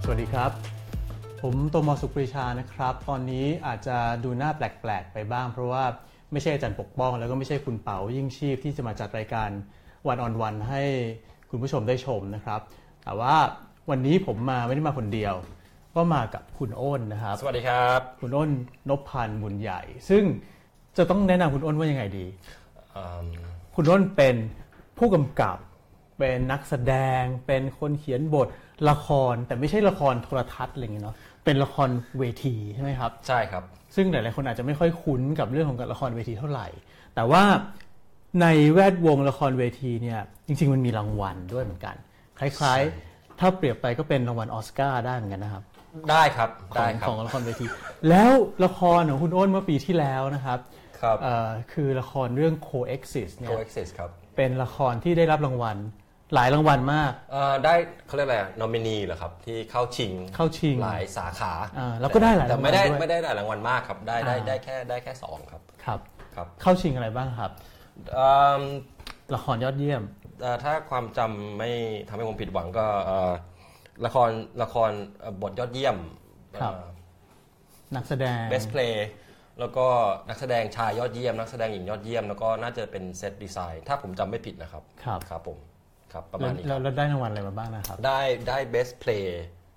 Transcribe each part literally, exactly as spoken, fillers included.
สวัสดีครับผมโตมสุขปรีชานะครับตอนนี้อาจจะดูหน้าแปลกๆไปบ้างเพราะว่าไม่ใช่อาจารย์ปกป้องแล้วก็ไม่ใช่คุณเป๋ายิ่งชีพที่จะมาจัดรายการวันออนวันให้คุณผู้ชมได้ชมนะครับแต่ว่าวันนี้ผมมาไม่ได้มาคนเดียวก็มากับคุณอ้นนะครับสวัสดีครับคุณอ้นนพพันธ์บุญใหญ่ซึ่งจะต้องแนะนำคุณอ้นว่ายังไงดี um... คุณอ้นเป็นผู้กำกับเป็นนักแสดงเป็นคนเขียนบทละครแต่ไม่ใช่ละครโทรทัศน์อะไรอย่างเงี้ยเนาะเป็นละครเวทีใช่ไหมครับใช่ครับซึ่งหลายๆคนอาจจะไม่ค่อยคุ้นกับเรื่องของการละครเวทีเท่าไหร่แต่ว่าในแวดวงละครเวทีเนี่ยจริงๆมันมีรางวัลด้วยเหมือนกันคล้ายๆถ้าเปรียบไปก็เป็นรางวัลออสการ์ได้เหมือนกันนะครับได้ครับได้ครับของละครเวทีแล้วละครของคุณอ้นเมื่อปีที่แล้วนะครับครับคือละครเรื่อง Coexist เนี่ย Coexist ครับเป็นละครที่ได้รับรางวัลหลายรางวัลมากได้เขาเรียกอะไรนอมินีเหรอครับที่เข้าชิงเข้าชิงหลายสาขาแล้วก็ได้หลายแต่ไม่ได้ไม่ได้หลายรางวัลมากครับได้ได้ได้แค่ได้แค่สองครับครับครับเข้าชิงอะไรบ้างครับละครยอดเยี่ยมถ้าความจำไม่ทำให้ผมผิดหวังก็ละครละครบทยอดเยี่ยมนักแสดง Best Play แล้วก็นักแสดงชายยอดเยี่ยมนักแสดงหญิงยอดเยี่ยมแล้วก็น่าจะเป็นเซตดีไซน์ถ้าผมจำไม่ผิดนะครับครับครับผมครับประมาณนี้แล้วได้รางวัลอะไรมาบ้างนะครับได้ได้ Best Play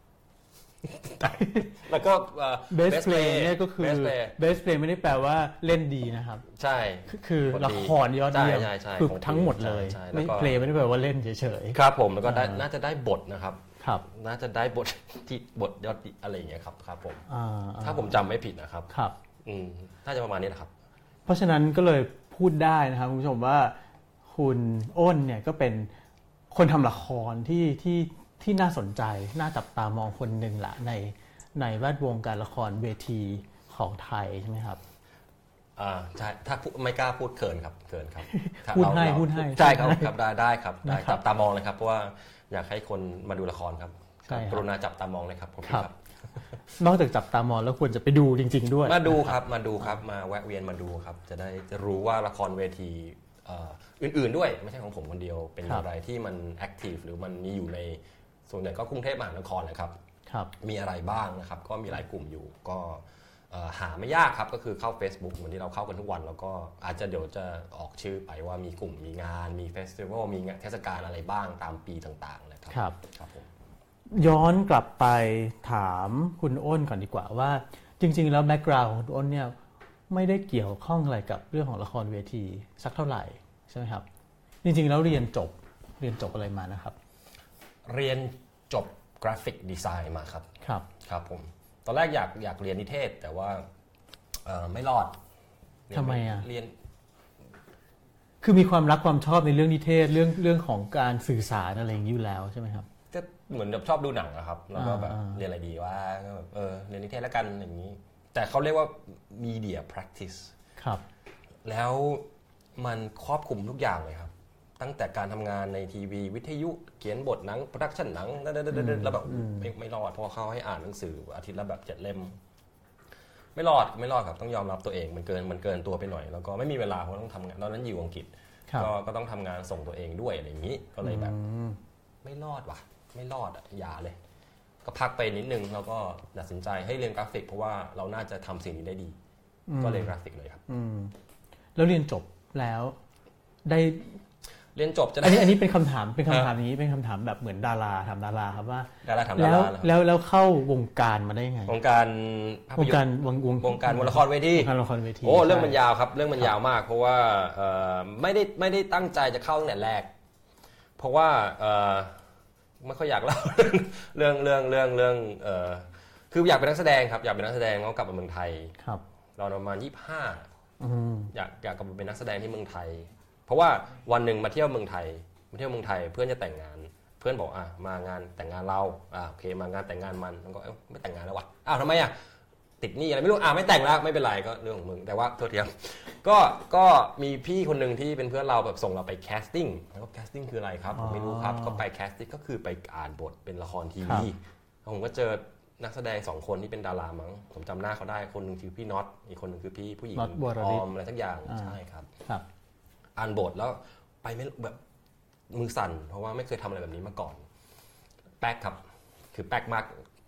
แล้วก็ Best Play เนี่ยก็คือ Best Play ไม่ได้แปลว่าเล่นดีนะครับใช่คือละครยอดเยี่ยมคือทั้งหมดเลยไม่ Play ไม่ได้แปลว่าเล่นเฉยๆครับผมแล้วก็น่าจะได้บทนะครับครับน่าจะได้บทที่บทยอดอะไรอย่างเงี้ยครับครับผมถ้าผมจำไม่ผิดนะครับครับอืมน่าจะประมาณนี้นะครับเพราะฉะนั้นก็เลยพูดได้นะครับคุณผู้ชมว่าคุณอ้นเนี่ยก็เป็นคนทำละครที่ที่ที่น่าสนใจน่าจับตามองคนหนึ่งละในในแวดวงการละครเวทีของไทยใช่ไหมครับอ่าใช่ถ้าไม่กล้าพูดเขินครับเขินครับพูดให้พูดให้ใช่ครับครับได้ได้ครับได้จับตามองเลยครับเพราะว่าอยากให้คนมาดูละครครับกรุณาจับตามองเลยครับผมครับนอกจากจับตามองแล้วควรจะไปดูจริงๆด้วยมาดูครับมาดูครับมาแวะเวียนมาดูครับจะได้จะรู้ว่าละครเวทีอื่นๆด้วยไม่ใช่ของผมคนเดียวเป็นอะไรที่มันแอคทีฟหรือมันมีอยู่ในส่วนใหญ่ก็กรุงเทพมหานครนะครับมีอะไรบ้างนะครับก็มีหลายกลุ่มอยู่ก็หาไม่ยากครับก็คือเข้า Facebook เหมือนที่เราเข้ากันทุกวันแล้วก็อาจจะเดี๋ยวจะออกชื่อไปว่ามีกลุ่มมีงานมีเฟสติวัลมีเทศกาลอะไรบ้างตามปีต่างๆนะครับครับครับผมย้อนกลับไปถามคุณอ้นก่อนดีกว่าว่าจริงๆแล้วแบ็คกราวด์ของคุณอ้นเนี่ยไม่ได้เกี่ยวข้องอะไรกับเรื่องของละครเวทีสักเท่าไหร่ใช่ไหมครับจริงๆแล้วเรียนจบเรียนจบอะไรมานะครับเรียนจบกราฟิกดีไซน์มาครับครับครับผมตอนแรกอยากอยากเรียนนิเทศแต่ว่าไม่รอดทำไมอ่ะเรียนคือมีความรักความชอบในเรื่องนิเทศเรื่องเรื่องของการสื่อสารอะไรอย่างนี้อยู่แล้วใช่ไหมครับก็เหมือนแบบชอบดูหนังอะครับแล้วก็แบบเรียนอะไรดีว่าก็แบบเออเรียนนิเทศแล้วกันอย่างนี้แต่เขาเรียกว่า media practice ครับแล้วมันครอบคลุมทุกอย่างเลยครับตั้งแต่การทำงานในทีวีวิทยุเขียนบทหนังโปรดักชั่นหนังแล้วแบบไม่ไม่รอดเพราะเขาให้อ่านหนังสืออาทิตย์ละแบบเจ็ดเล่มไม่รอดไม่รอดครับต้องยอมรับตัวเองมันเกินมันเกินตัวไปหน่อยแล้วก็ไม่มีเวลาเพราะต้องทำงานตอนนั้นอยู่อังกฤษก็ก็ต้องทำงานส่งตัวเองด้วยอะไรอย่างนี้ก็เลยแบบไม่รอดว่ะไม่รอดอ่ะอย่าเลยก็พักไปนิดนึงแล้วก็ตัดสินใจให้เรียนกราฟิกเพราะว่าเราน่าจะทำสิ่งนี้ได้ดีก็เรียนกราฟิกเลยครับแล้วเรียนจบแล้วได้เรียนจบจะได้อันนี้อันนี้เป็นคำถามเป็นคำถามนี้เป็นคำถามแบบเหมือนดาราทำดาราครับว่าดาราทำดาราแล้วแล้วเข้าวงการมาได้ยังไงวงการวงการวงวงการละครเวทีวงการละครเวทีโอ้เรื่องมันยาวครับเรื่องมันยาวมากเพราะว่าไม่ได้ไม่ได้ตั้งใจจะเข้าตั้งแต่แรกเพราะว่าไม่ค่อยอยากเล่าเรื่องเรื่องเรื่องเรื่องคืออยากเป็นนักแสดงครับอยากเป็นนักแสดงแล้วกลับมาเมืองไทยครับเราประมาณยี่สิบห้าอยากอยากกลับมาเป็นนักแสดงที่เมืองไทยเพราะว่าวันหนึ่งมาเที่ยวเมืองไทยมาเที่ยวเมืองไทยเพื่อนจะแต่งงานเพื่อนบอกอ่ะมางานแต่งงานเราอ่ะโอเคมางานแต่งงานมันแล้วก็ไม่แต่งงานแล้ววะอ้าวทำไมอ่ะติดหนี้อะไรไม่รู้อ่ะไม่แต่งแล้วไม่เป็นไรก็เรื่องของมึงแต่ว่าโทษทีครับก็ก็มีพี่คนหนึ่งที่เป็นเพื่อนเราแบบส่งเราไปแคสติ้งแล้วก็แคสติ้งคืออะไรครับผมไม่รู้ครับก็ไปแคสติ้งก็คือไปอ่านบทเป็นละครทีวีผมก็เจอนักแสดงสองคนที่เป็นดารามั้งผมจำหน้าเขาได้คนนึงคือพี่น็อตอีกคนนึงคือพี่ผู้หญิงออมอะไรสักอย่างใช่ครับอ่านบทแล้วไปไม่แบบมือสั่นเพราะว่าไม่เคยทำอะไรแบบนี้มาก่อนแป๊กครับคือแป๊กมาก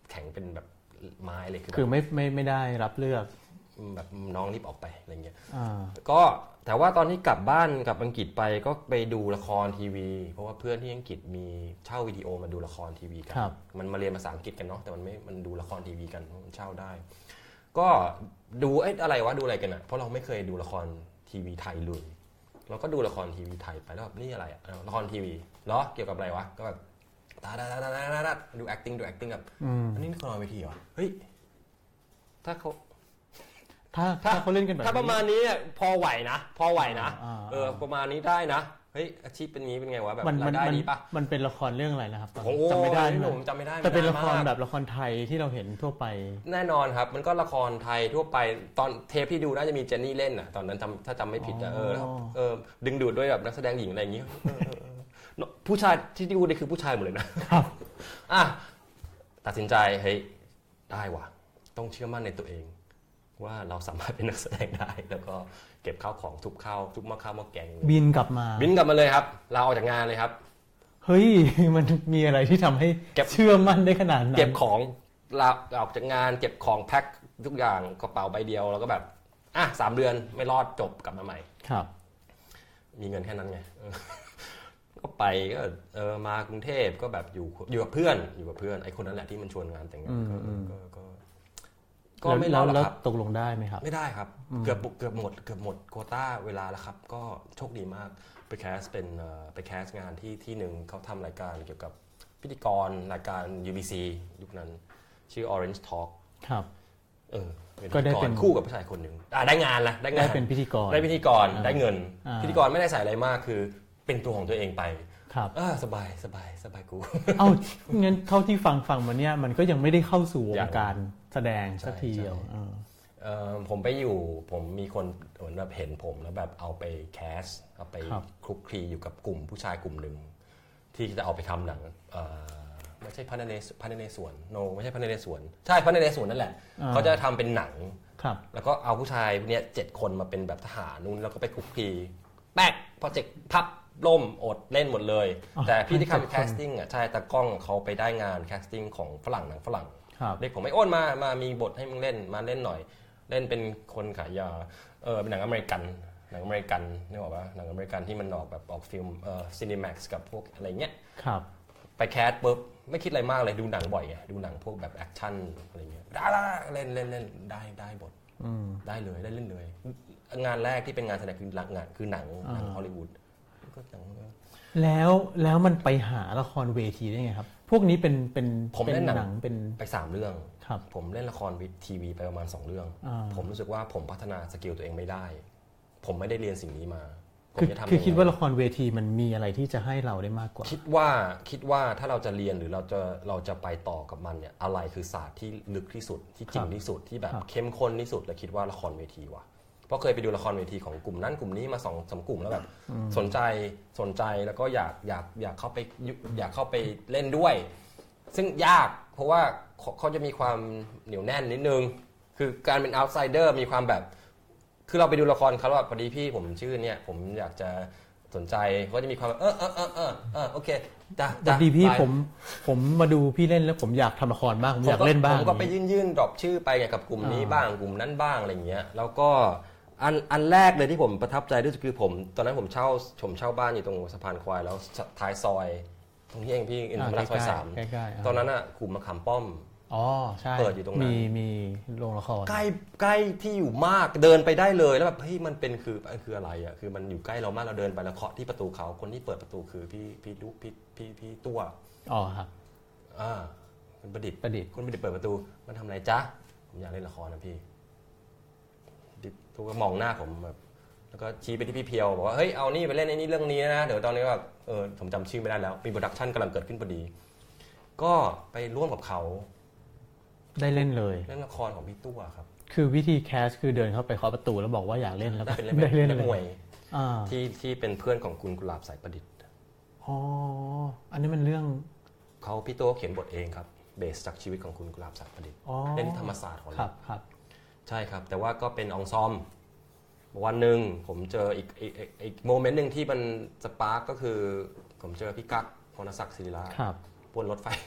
แข็งเป็นแบบไม้เลยคือไม่ไม่ไม่ได้รับเลือกแบบน้องรีบออกไปอะไรเงี้ยาก็แต่ว่าตอนที่กลับบ้านกลับอังกฤษไปก็ไปดูละครทีวีเพราะว่าเพื่อนที่อังกฤษมีเช่าวิดีโอมาดูละครทีวีกันมันมาเรียนภาษาอังกฤษกันเนาะแต่มันไม่มันดูละครทีวีกันมันเช่าได้ก็ดูเอ๊ะอะไรวะดูอะไรกันอ่ะเพราะเราไม่เคยดูละครทีวีไทยเลยเราก็ดูละครทีวีไทยไปแล้วแบบนี่อะไรอ่ะละครทีวีเหรอเกี่ยวกับอะไรวะก็แบบตาตาตาตาตาดู acting ดู acting แบบอันนี้ละครเวทีเหรอเฮ้ยถ้าเขาถ้าถ้าเขาเล่นกันแบบถ้าประมาณนี้พอไหวนะพอไหวนะเออประมาณนี้ได้นะเฮ้ยอาชีพเป็นนี้เป็นไงวะแบบรายได้ดีปะมันเป็นละครเรื่องอะไรนะครับจำไม่ได้หนุ่มจำไม่ได้แต่เป็นละครแบบละครไทยที่เราเห็นทั่วไปแน่นอนครับมันก็ละครไทยทั่วไปตอนเทปที่ดูน่าจะมีเจนนี่เล่นอ่ะตอนนั้นถ้าจำไม่ผิดนะเออเออดึงดูดด้วยแบบนักแสดงหญิงอะไรอย่างงี้ผู้ชายที่ดูนี่คือผู้ชายหมดเลยนะครับอ่ะตัดสินใจเฮ้ยได้ว่ะต้องเชื่อมั่นในตัวเองว่าเราสามารถเป็นนักแสดงได้แล้วก็เก็บข้าวของทุบข้าวทุบมะข้าวมะแกงบินกลับมาบินกลับมาเลยครับลาออกจากงานเลยครับเฮ้ยมันมีอะไรที่ทำให้เชื่อมั่นได้ขนาดนั้นเก็บของลาออกจากงานเก็บของแพ็คทุกอย่างกระเป๋าใบเดียวแล้วก็แบบอ่ะสามเดือนไม่รอดจบกลับมาใหม่ครับมีเงินแค่นั้นไงก็ไปก็เออมากรุงเทพก็แบบอยู่อยู่กับเพื่อนอยู่กับเพื่อนไอ้คนนั้นแหละที่มันชวนงานแต่งงานก็ก็ก็ไม่แล้วแล้วตกลงได้ไหมครับไม่ได้ครับเกือบเกือบหมดเกือบหมดโควต้าเวลาแล้วครับก็โชคดีมากไปแคสเป็นไปแคสงานที่ที่หนึ่งเขาทำรายการเกี่ยวกับพิธีกรรายการ ยู บี ซี ยุคนั้นชื่อ Orange Talk ครับเออก็ได้เป็นคู่กับผู้ชายคนหนึ่งได้งานละได้งานได้เป็นพิธีกรได้พิธีกรได้เงินพิธีกรไม่ได้ใส่อะไรมากคือเป็นตัวของตัวเองไปครับอ่าสบายสบายสบายกูเอ้างั้นเท่าที่ฟังฟังมาเนี่ยมันก็ยังไม่ได้เข้าสู่วงการแสดงสักทีเดียวผมไปอยู่ผมมีคนเหมือนแบบเห็นผมแล้วแบบเอาไปแคสเอาไปคลุกคลีอยู่กับกลุ่มผู้ชายกลุ่มหนึ่งที่จะเอาไปทำหนังไม่ใช่พระนเรศวรพระนเรศวรโนไม่ใช่พระนเรศวรใช่พระนเรศวรนั่นแหละเขาจะทำเป็นหนังแล้วก็เอาผู้ชายเนี่ยเจ็ดคนมาเป็นแบบทหารนู่นแล้วก็ไปคลุกคลีแป๊กโปรเจกต์พับล่มอดเล่นหมดเลยแต่พี่ที่ทำแคสติ้งอ่ะใช่ตากล้องเขาไปได้งานแคสติ้งของฝรั่งหนังฝรั่งเด็กผมไม่อ้นมามามีบทให้มึงเล่นมาเล่นหน่อยเล่นเป็นคนขายยาเออเป็นหนังอเมริกันหนังอเมริกันนี่บอกว่าหนังอเมริกันที่มันออกแบบออกฟิล์มเอ่อซีนิแม็กซ์กับพวกอะไรเงี้ยครับไปแคสปุ๊บไม่คิดอะไรมากเลยดูหนังบ่อยไงดูหนังพวกแบบแอคชั่นอะไรเงี้ยได้เล่นเล่นเล่นได้ได้บทได้เลยได้เล่นเลยงานแรกที่เป็นงานแสดงคืองานคือหนังหนังฮอลลีวูดแล้วแล้วมันไปหาละครเวทีได้ไงครับพวกนี้เป็นเป็นผมเล่นหนังเป็นไปสามเรื่องผมเล่นละครทีวีไปประมาณสองเรื่องผมรู้สึกว่าผมพัฒนาสกิลตัวเองไม่ได้ผมไม่ได้เรียนสิ่งนี้มาคือคือคิดว่าละครเวทีมันมีอะไรที่จะให้เราได้มากกว่าคิดว่าคิดว่าถ้าเราจะเรียนหรือเราจะเราจะไปต่อกับมันเนี่ยอะไรคือศาสตร์ที่ลึกที่สุดที่จริงที่สุดที่แบบเข้มข้นที่สุดและคิดว่าละครเวทีว่ะเพราะเคยไปดูละครเวทีของกลุ่มนั้นกลุ่มนี้มาสองสามกลุ่มแล้วแบบสนใจสนใจแล้วก็อยากอยากอยากเข้าไปอยากเข้าไปเล่นด้วยซึ่งยากเพราะว่าเขาจะมีความเหนียวแน่นนิดนึงคือการเป็น outsider มีความแบบคือเราไปดูละครเขาว่าพอดีพี่ผมชื่อเนี่ยผมอยากจะสนใจเขาจะมีความเออเออเออเออเออโอเคจ้ะจ้ะดีพี่ผมผมมาดูพี่เล่นแล้วผมอยากทำละครบ้างผมอยากเล่นบ้างผมก็ไปยื่นยื่นดรอปชื่อไปไงกับกลุ่มนี้บ้างกลุ่มนั้นบ้างอะไรอย่างเงี้ยแล้วก็อันอันแรกเลยที่ผมประทับใจที่สุดคือผมตอนนั้นผมเช่าผมเช่าบ้านอยู่ตรงสะพานควายแล้วท้ายซอยตรงนี้เองพี่อินทรราชซอยสามตอนนั้นอ่ะกลุ่มมะขามป้อมอ๋อใช่เปิดอยู่ตรงนั้นมีมีโรงละครใกล้ใกล้ที่อยู่มากเดินไปได้เลยแล้วแบบเฮ้ยมันเป็นคือมันคืออะไรอ่ะคือมันอยู่ใกล้เรามากเราเดินไปแล้วเคาะที่ประตูเขาคนที่เปิดประตูคือพี่พี่ลูกพี่พี่พี่ตัวอ๋อครับอ่าคุณประดิษฐ์ประดิษฐ์คุณประดิษฐ์เปิดประตูมันทำอะไรจ๊ะผมอยากเล่นละครนะพี่ทุกคนมองหน้าผมแบบแล้วก็ชี้ไปที่พี่เพียวบอกว่าเฮ้ยเอานี่ไปเล่นไอ้นี่เรื่องนี้นะเดี๋ยวตอนนี้แบบเออผมจำชื่อไม่ได้แล้วมีโปรดักชั่นกำลังเกิดขึ้นพอดีก็ไปร่วมกับเขาได้เล่นเลยเล่นละครของพี่ตู้ครับคือวิธีแคสคือเดินเข้าไปเคาะประตูแล้วบอกว่าอยากเล่นแล้วได้เล่นได้เล่นมวยที่ที่เป็นเพื่อนของคุณกุหลาบสายประดิษฐ์อ๋ออันนี้มันเรื่องเขาพี่ตู้เขียนบทเองครับเบสจากชีวิตของคุณกุหลาบสายประดิษฐ์เล่นที่ธรรมศาสตร์ของเราครับครับใช่ครับแต่ว่าก็เป็นองซอมวันหนึ่งผมเจออีกอีกอีกโมเมนต์หนึ่งที่มันสปาร์กก็คือผมเจอพี่กั๊กพรศักดิ์ศิริราชบนรถไฟ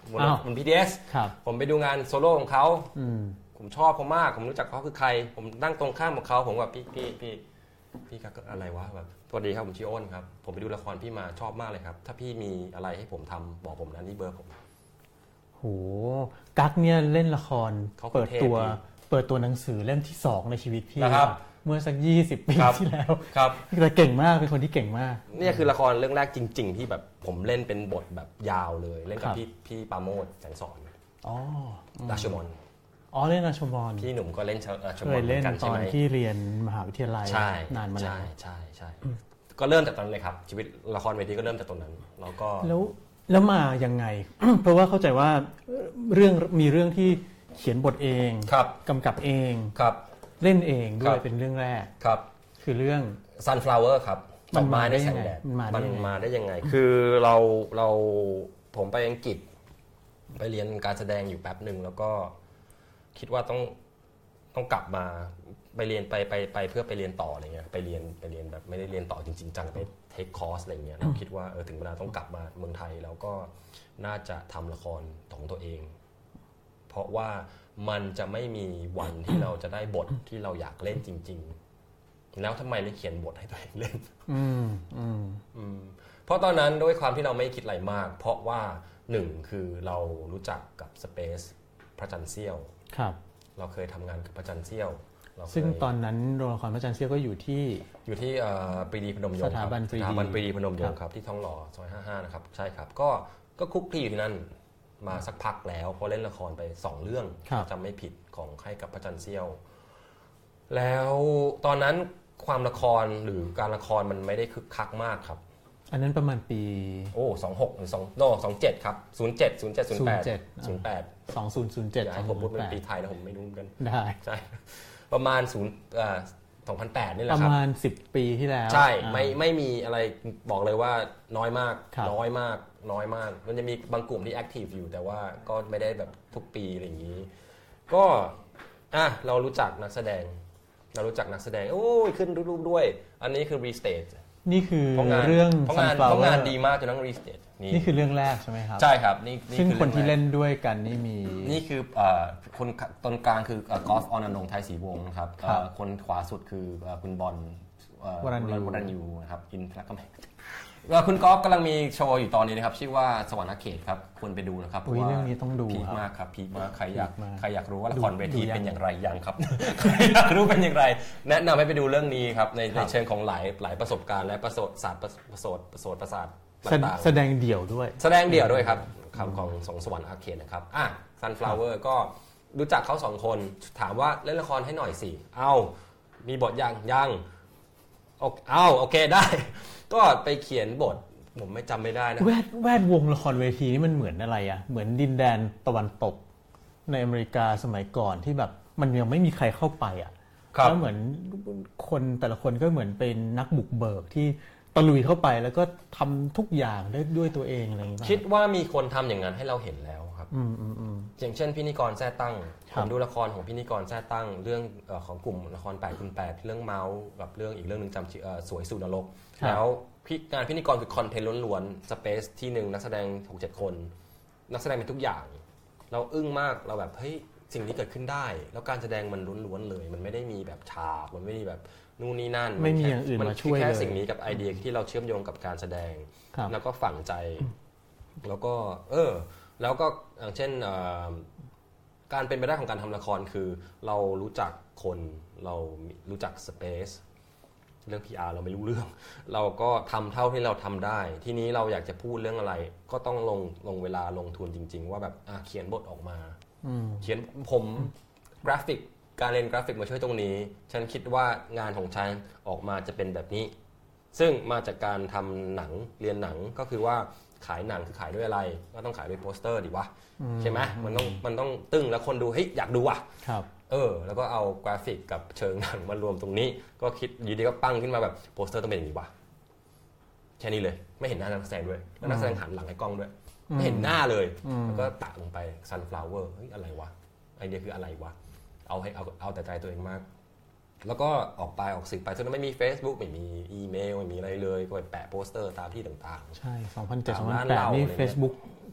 บนบน พี ที เอส ผมไปดูงานโซโล่ของเขาผมชอบเขามากผมรู้จักเขาคือใครผมนั่งตรงข้ามกับเขาผมแบบพี่พี่พี่พี่ก็อะไรวะแบบสวัสดีครับผมชื่ออ้นครับผมไปดูละครพี่มาชอบมากเลยครับถ้าพี่มีอะไรให้ผมทำบอกผมนะนี่เบอร์ผมโหกั๊กเนี่ยเล่นละครเปิดตัวเปิดตัวหนังสือเล่มที่สองในชีวิตพี่นะครับเมื่อสักยี่สิบปีที่แล้วครับแต่เก่งมากเป็นคนที่เก่งมากนี่คือละครเรื่องแรกจริงๆที่แบบผมเล่นเป็นบทแบบยาวเลยเล่นกับพี่พี่ปาโมทแสงสอนอ๋อราชมนอ๋อเล่นราชมนพี่หนุ่มก็เล่นราชมนเคยเล่นตอนที่เรียนมหาวิทยาลัยนานมาแล้วใช่ใช่ใช่ก็เริ่มจากตอนนั้นเลยครับชีวิตละครเวทีก็เริ่มจากตรงนั้นแล้วก็แล้วแล้วมายังไง เพราะว่าเข้าใจว่าเรื่องมีเรื่องที่เขียนบทเองกำกับเองเล่นเองด้วยเป็นเรื่องแรกครับคือเรื่อง Sunflower ครับมันมาได้ยังไงมันมาได้ยังไงคือเราเราผมไปอังกฤษไปเรียนการแสดงอยู่แป๊บหนึ่งแล้วก็คิดว่าต้องต้องกลับมาไปเรียนไปไปไปเพื่อไปเรียนต่ออะไรเงี้ยไปเรียนไปเรียนแบบไม่ได้เรียนต่อจริงๆจังไปเทคคอร์สอะไรเงี้ยเราคิดว่าเออถึงเวลาต้องกลับมาเมืองไทยแล้วก็น่าจะทำละครของตัวเองเพราะว่ามันจะไม่มีวันที่เราจะได้บทที่เราอยากเล่นจริงๆแล้วทำไมไม่เขียนบทให้ตัวเองเล่นอืมอืมอืมเพราะตอนนั้นด้วยความที่เราไม่คิดอะไรมากเพราะว่าหนึ่งคือเรารู้จักกับ Space พระจันทร์เสี้ยวครับเราเคยทำงานกับพระจันทร์เสี้ยวซึ่งตอนนั้นโรงละครพระจันทร์เสี้ยวก็อยู่ที่อยู่ที่ปรีดีพนมยงค์สถาบันปรีดีพนมยงค์ครับที่ทองหล่อซอยห้าสิบห้านะครับใช่ครับก็ก็คุกคลีอยู่ที่นั่นมาสักพักแล้วพอเล่นละครไปสองเรื่องจำไม่ผิดของให้กับพระจันทร์เสี้ยวแล้วตอนนั้นความละครหรือการละครมันไม่ได้คึกคักมากครับอันนั้นประมาณปีโอ้สองหกหรือสองโนสองเจ็ดครับศูนย์เจ็ดศูนย์เจ็ดศูนย์แปดศูนย์แปดสองศูนย์ศูนย์เจ็ดผมพูดเป็นปีไทยนะผมไม่รู้เหมือนกันได้ใช่ประมาณศูนย์อ่าสองพันแปดนี่แหละครับประมาณสิบปีที่แล้วใช่ไม่ไม่มีอะไรบอกเลยว่าน้อยมากน้อยมากน้อยมากมันจะมีบางกลุ่มที่แอคทีฟอยู่แต่ว่าก็ไม่ได้แบบทุกปีอะไรอย่างนี้ก็อ่ะเรารู้จักนักแสดงเรารู้จักนักแสดงโอ้ยขึ้นรูปด้วยอันนี้คือรีสเตทนี่คือเรื่องเพราะงานเพราะงานดีมากจนต้องรีสเตทนี่คือเรื่องแรกใช่ไหมครับใช่ครับนี่ซึ่งคนที่เล่นด้วยกันนี่มีนี่คือคนต้นกลางคือกอล์ฟอนันต์ไทยศรีวงศ์ครับคนขวาสุดคือคุณบอลวรัญญูวรัญญูนะครับอินทรกำแพงคุณกอล์ฟกำลังมีโชว์อยู่ตอนนี้นะครับชื่อว่าสวรรค์เขตครับควรไปดูนะครับเพราะว่าเรื่องนี้ต้องดูพีคมากครับพีคมากใครอยากใครอยากรู้ว่าละครเวทีเป็นอย่างไรยังครับใครอยากรู้เป็นอย่างไรแนะนำให้ไปดูเรื่องนี้ครับในในเชิงของหลายหลายประสบการณ์และประสบศาสตร์ประสบประสบประสาทแสดงเดี่ยวด้วยแสดงเดี่ยวด้วยครับคำของสองสวรรค์อาร์เคดนะครับอ่ะ Sunflower ก็รู้จักเขาสองคนถามว่าเล่นละครให้หน่อยสิเอ้ามีบทยังยังเอ้าโอเคได้ก็ไปเขียนบทผมไม่จำไม่ได้นะแวดแวดวงละครเวทีนี่มันเหมือนอะไรอ่ะเหมือนดินแดนตะวันตกในอเมริกาสมัยก่อนที่แบบมันยังไม่มีใครเข้าไปอ่ะแล้วเหมือนคนแต่ละคนก็เหมือนเป็นนักบุกเบิกที่ตะลุยเข้าไปแล้วก็ทำทุกอย่างได้ด้วยตัวเองอะไรอย่างเงี้ยคิดว่ามีคนทำอย่างนั้นให้เราเห็นแล้วครับอืมอืมอืมอย่างเช่นพินิกรแท้ตั้งผมดูละครของพินิกรแท้ตั้งเรื่องของกลุ่มละครแปดคูณแปดเรื่องเมาส์กับเรื่องอีกเรื่องนึงจำสวยสู่นรกแล้วงานพินิกรคือคอนเทนต์ล้วนๆสเปซที่หนึ่งนักแสดง หกเจ็ด คนนักแสดงเป็นทุกอย่างเราอึ้งมากเราแบบเฮ้ยสิ่งนี้เกิดขึ้นได้แล้วการแสดงมันล้วนๆเลยมันไม่ได้มีแบบฉากมันไม่ได้แบบนู่นนี่นั่นไม่มีอย่างอื่นมาช่วยเลยแค่สิ่งนี้กับไอเดียที่เราเชื่อมโยงกับการแสดงแล้วก็ฝังใจแล้วก็เออแล้วก็อย่างเช่นการเป็นไปได้ของการทำละครคือเรารู้จักคนเรารู้จักสเปซเรื่อง พี อาร์ เราไม่รู้เรื่องเราก็ทำเท่าที่เราทำได้ทีนี้เราอยากจะพูดเรื่องอะไรก็ต้องลงลงเวลาลงทุนจริงๆว่าแบบเขียนบทออกมาเขียนผมกราฟิกการเรียนกราฟิกมาช่วยตรงนี้ฉันคิดว่างานของฉันออกมาจะเป็นแบบนี้ซึ่งมาจากการทำหนังเรียนหนังก็คือว่าขายหนังคือขายด้วยอะไรก็ต้องขายด้วยโปสเตอร์ดิวะใช่ไหมมันต้องมันต้องตึ้งแล้วคนดูเฮ้ยอยากดูว่ะเออแล้วก็เอากราฟิกกับเชิงหนังมารวมตรงนี้ก็คิดอยู่ดีก็ปั้งขึ้นมาแบบโปสเตอร์ต้องเป็นอย่างนี้ว่ะแค่นี้เลยไม่เห็นหน้านักแสดงด้วยแล้วนักแสดงหันหลังให้กล้องด้วยไม่เห็นหน้าเลยแล้วก็ตัดลงไป Sunflower เฮ้ยอะไรวะไอเดียคืออะไรวะเอาให้เอาเอาแต่ใจตัวเองมากแล้วก็ออกไปออกสื่อไปจนไม่มี Facebook ไม่มีอีเมลไม่มีอะไรเลยก็ไปแปะโปสเตอร์ตามที่ต่างๆใช่สองพันเจ็ด สองพันแปดนี่ Facebook เ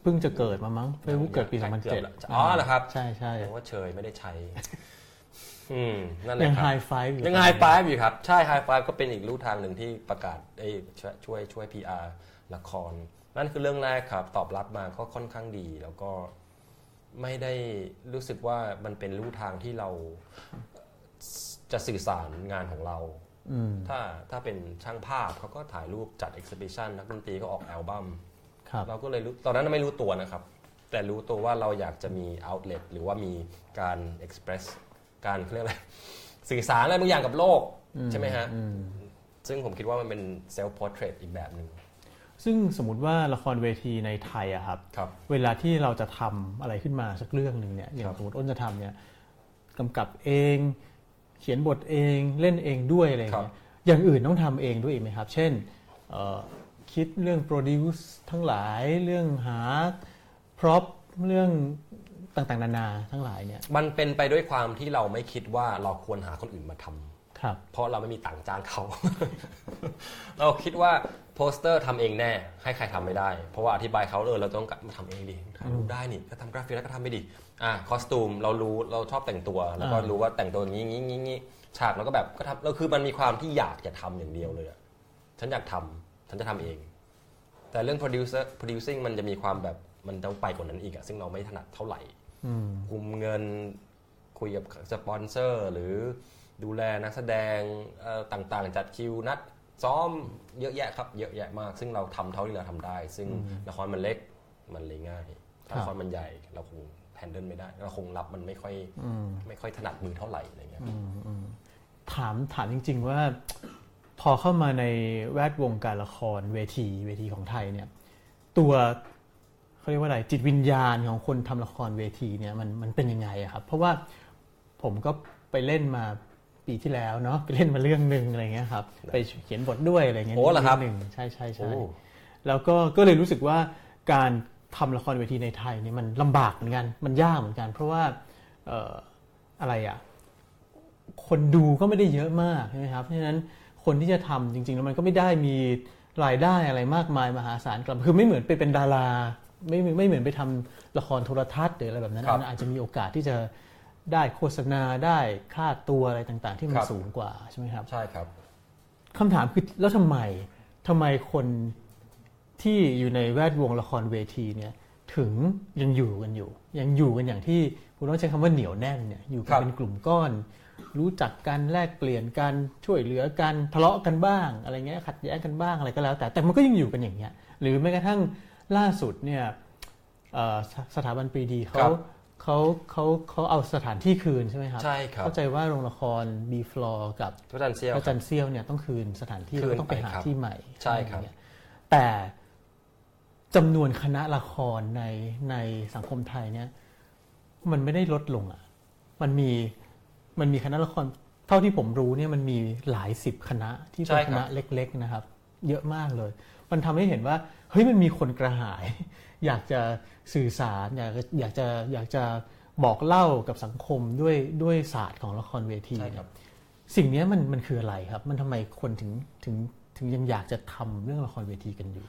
พิ่งจะเกิดมามั้ง Facebook เกิดปีสองพันเจ็ดอ๋อเหรอครับใช่ๆแต่ว่าเชยไม่ได้ใช้อืมนั่นแหละครับยังไฮไฟว์อยู่ยังไฮไฟว์อยู่ครับใช่ไฮไฟว์ก็เป็นอีกรูทางหนึ่งที่ประกาศเอ้ช่วยช่วย พี อาร์ ละครนั่นคือเรื่องแรกครับตอบรับมาก็ค่อนข้างดีแล้วก็ไม่ได้รู้สึกว่ามันเป็นรูทางที่เราจะสื่อสารงานของเราถ้าถ้าเป็นช่างภาพเขาก็ถ่ายรูปจัดเอ็กซิบิชันนักดนตรีก็ออกอัลบั้มเราก็เลยตอนนั้นไม่รู้ตัวนะครับแต่รู้ตัวว่าเราอยากจะมีเอาท์เลทหรือว่ามีการเอ็กซ์เพรสการเรียกอะไรสื่อสารอะไรบางอย่างกับโลกใช่ไหมฮะซึ่งผมคิดว่ามันเป็นเซลฟ์พอร์เทรตอีกแบบหนึ่งซึ่งสมมุติว่าละครเวทีในไทยอะครับเวลาที่เราจะทำอะไรขึ้นมาสักเรื่องหนึ่งเนี่ยอย่างสมมติอ้นจะทำเนี่ยกำกับเองเขียนบทเองเล่นเองด้วยอะไรอย่างเงี้ยอย่างอื่นต้องทำเองด้วยไหมครับเช่นคิดเรื่องโปรดิวซ์ทั้งหลายเรื่องหาพร็อพเรื่องต่างๆนานาทั้งหลายเนี่ยมันเป็นไปด้วยความที่เราไม่คิดว่าเราควรหาคนอื่นมาทำครับเพราะเราไม่มีตังค์จ้างเขา เราคิดว่าโปสเตอร์ทำเองแน่ให้ใครทำไม่ได้เพราะว่าอธิบายเขาเออเราต้องมาทำเองดิถ่ายรูปได้นี่ก็ทำกราฟิกแล้วก็ทำไปดิอ่ะคอสตูมเรารู้เราชอบแต่งตัวแล้วก็รู้ว่าแต่งตัวงี้งี้งี้งี้ฉากแล้วก็แบบก็ทำเราคือมันมีความที่อยากจะทำอย่างเดียวเลยอ่ะฉันอยากทำฉันจะทำเองแต่เรื่อง producer producing มันจะมีความแบบมันต้องไปกว่านั้นอีกอ่ะซึ่งเราไม่ถนัดเท่าไหร่กุมเงินคุยกับสปอนเซอร์หรือดูแลนักแสดงต่างๆจัดคิวนัดซ้อมเยอะแยะครับเยอะแยะมากซึ่งเราทำเท่าที่เราทำได้ซึ่งละครมันเล็กมันเลยง่ายถ้าละครมันใหญ่เราคงแฮนเดิลไม่ได้เราคงรับมันไม่ค่อยไม่ค่อยถนัดมือเท่าไหร่อะไรเงี้ยถามถามจริงๆว่าพอเข้ามาในแวดวงการละครเวทีเวทีของไทยเนี่ยตัวเขาเรียกว่าอะไรจิตวิญญาณของคนทำละครเวทีเนี่ยมันมันเป็นยังไงอะครับเพราะว่าผมก็ไปเล่นมาปีที่แล้วเนาะไปเล่นมาเรื่องนึงอะไรเงี้ยครับไปเขียนบทด้วยอะไรเงี้ยโอ้เหรอครับหนึ่งใช่ใช่ใช่แล้วก็ก็เลยรู้สึกว่าการทำละครเวทีในไทยนี่มันลำบากเหมือนกันมันยากเหมือนกันเพราะว่าเอ่ออะไรอะคนดูก็ไม่ได้เยอะมากใช่ไหมครับเพราะฉะนั้นคนที่จะทำจริงๆแล้วมันก็ไม่ได้มีรายได้อะไรมากมายมหาศาลกลับคือไม่เหมือนไปเป็นดาราไม่ไม่เหมือนไปทำละครโทรทัศน์หรืออะไรแบบนั้นอาจจะมีโอกาสที่จะได้โฆษณาได้ค่าตัวอะไรต่างๆที่มันสูงกว่าใช่ไหมครับใช่ครับคำถามคือแล้วทำไมทำไมคนที่อยู่ในแวดวงละครเวทีเนี่ยถึงยังอยู่กันอยู่ยังอยู่กันอย่างที่คุณต้องใช้คำว่าเหนียวแน่นเนี่ยอยู่กันเป็นกลุ่มก้อนรู้จักกันแลกเปลี่ยนกันช่วยเหลือกันทะเลาะกันบ้างอะไรเงี้ยขัดแย้งกันบ้างอะไรก็แล้วแต่แต่มันก็ยังอยู่กันอย่างเงี้ยหรือแม้กระทั่งล่าสุดเนี่ยสถาบันปรีดีเขาเขาเขาเขาเอาสถานที่คืนใช่ไหมครับใช่ครับเข้าใจว่าโรงละครบีฟลอร์กับพระจันทร์เสี้ยวพระจันทร์เสี้ยวเนี่ยต้องคืนสถานที่แล้วต้องไปหาที่ใหม่ใช่ครับแต่จำนวนคณะละครในในสังคมไทยเนี่ยมันไม่ได้ลดลงอ่ะมันมีมันมีคณะละครเท่าที่ผมรู้เนี่ยมันมีหลายสิบคณะที่เป็นคณะเล็กๆนะครับเยอะมากเลยมันทำให้เห็นว่าเฮ้ยมันมีคนกระหายอยากจะสื่อสารอยากอยากจะอยากจะบอกเล่ากับสังคมด้วยด้วยศาสตร์ของละครเวทีสิ่งนี้มันมันคืออะไรครับมันทำไมคนถึงถึงถึงยังอยากจะทำเรื่องละครเวทีกันอยู่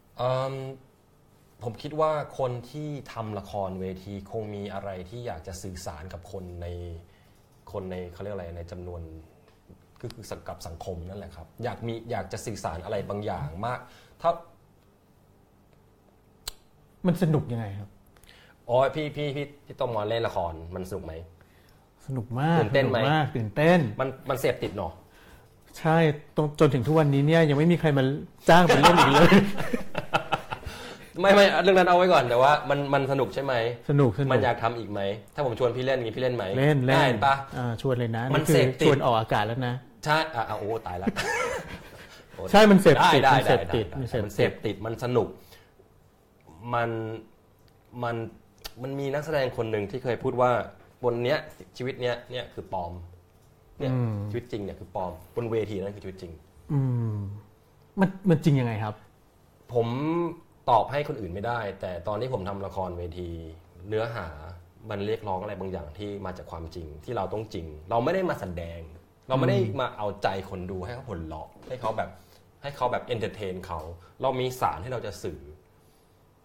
ผมคิดว่าคนที่ทำละครเวทีคงมีอะไรที่อยากจะสื่อสารกับคนในคนในเขาเรียกอะไรในจำนวนก็คือกับสังคมนั่นแหละครับอยากมีอยากจะสื่อสารอะไรบางอย่างมากถ้ามันสนุกยังไงครับอ๋อพี่พี่พี่พี่ต้องมาเล่นละครมันสนุกไหมสนุกมากตื่นเต้นไหมตื่นเต้นมันมันเสพติดเนาะใช่จนถึงทุกวันนี้เนี่ยยังไม่มีใครมาจ้างไปเล่นอีกเลยไม่ไม่เรื่องนั้นเอาไว้ก่อนแต่ว่ามันมันสนุกใช่ไหมสนุกสนุกมันอยากทำอีกไหมถ้าผมชวนพี่เล่นงี้พี่เล่นไหมเล่นเล่นปะชวนเลยนะมันเสพติดชวนออกอากาศแล้วนะใช่อ่ะโอ้ตายละใช่มันเสพติดมันเสพติดมันเสพติดมันสนุกมันมันมันมีนักแสดงคนหนึ่งที่เคยพูดว่าบนเนี้ยชีวิตเนี้ยเนี่ยคือปลอมเนี่ยชีวิตจริงเนี่ยคือปลอมบนเวทีนั่นคือชีวิตจริงอืมมันมันจริงยังไงครับผมตอบให้คนอื่นไม่ได้แต่ตอนที่ผมทำละครเวทีเนื้อหามันเรียกร้องอะไรบางอย่างที่มาจากความจริงที่เราต้องจริงเราไม่ได้มาแสดงเราไม่ได้มาเอาใจคนดูให้เขาผลเลาะให้เขาแบบให้เขาแบบเอนเตอร์เทนเขาเรามีสารให้เราจะสื่อ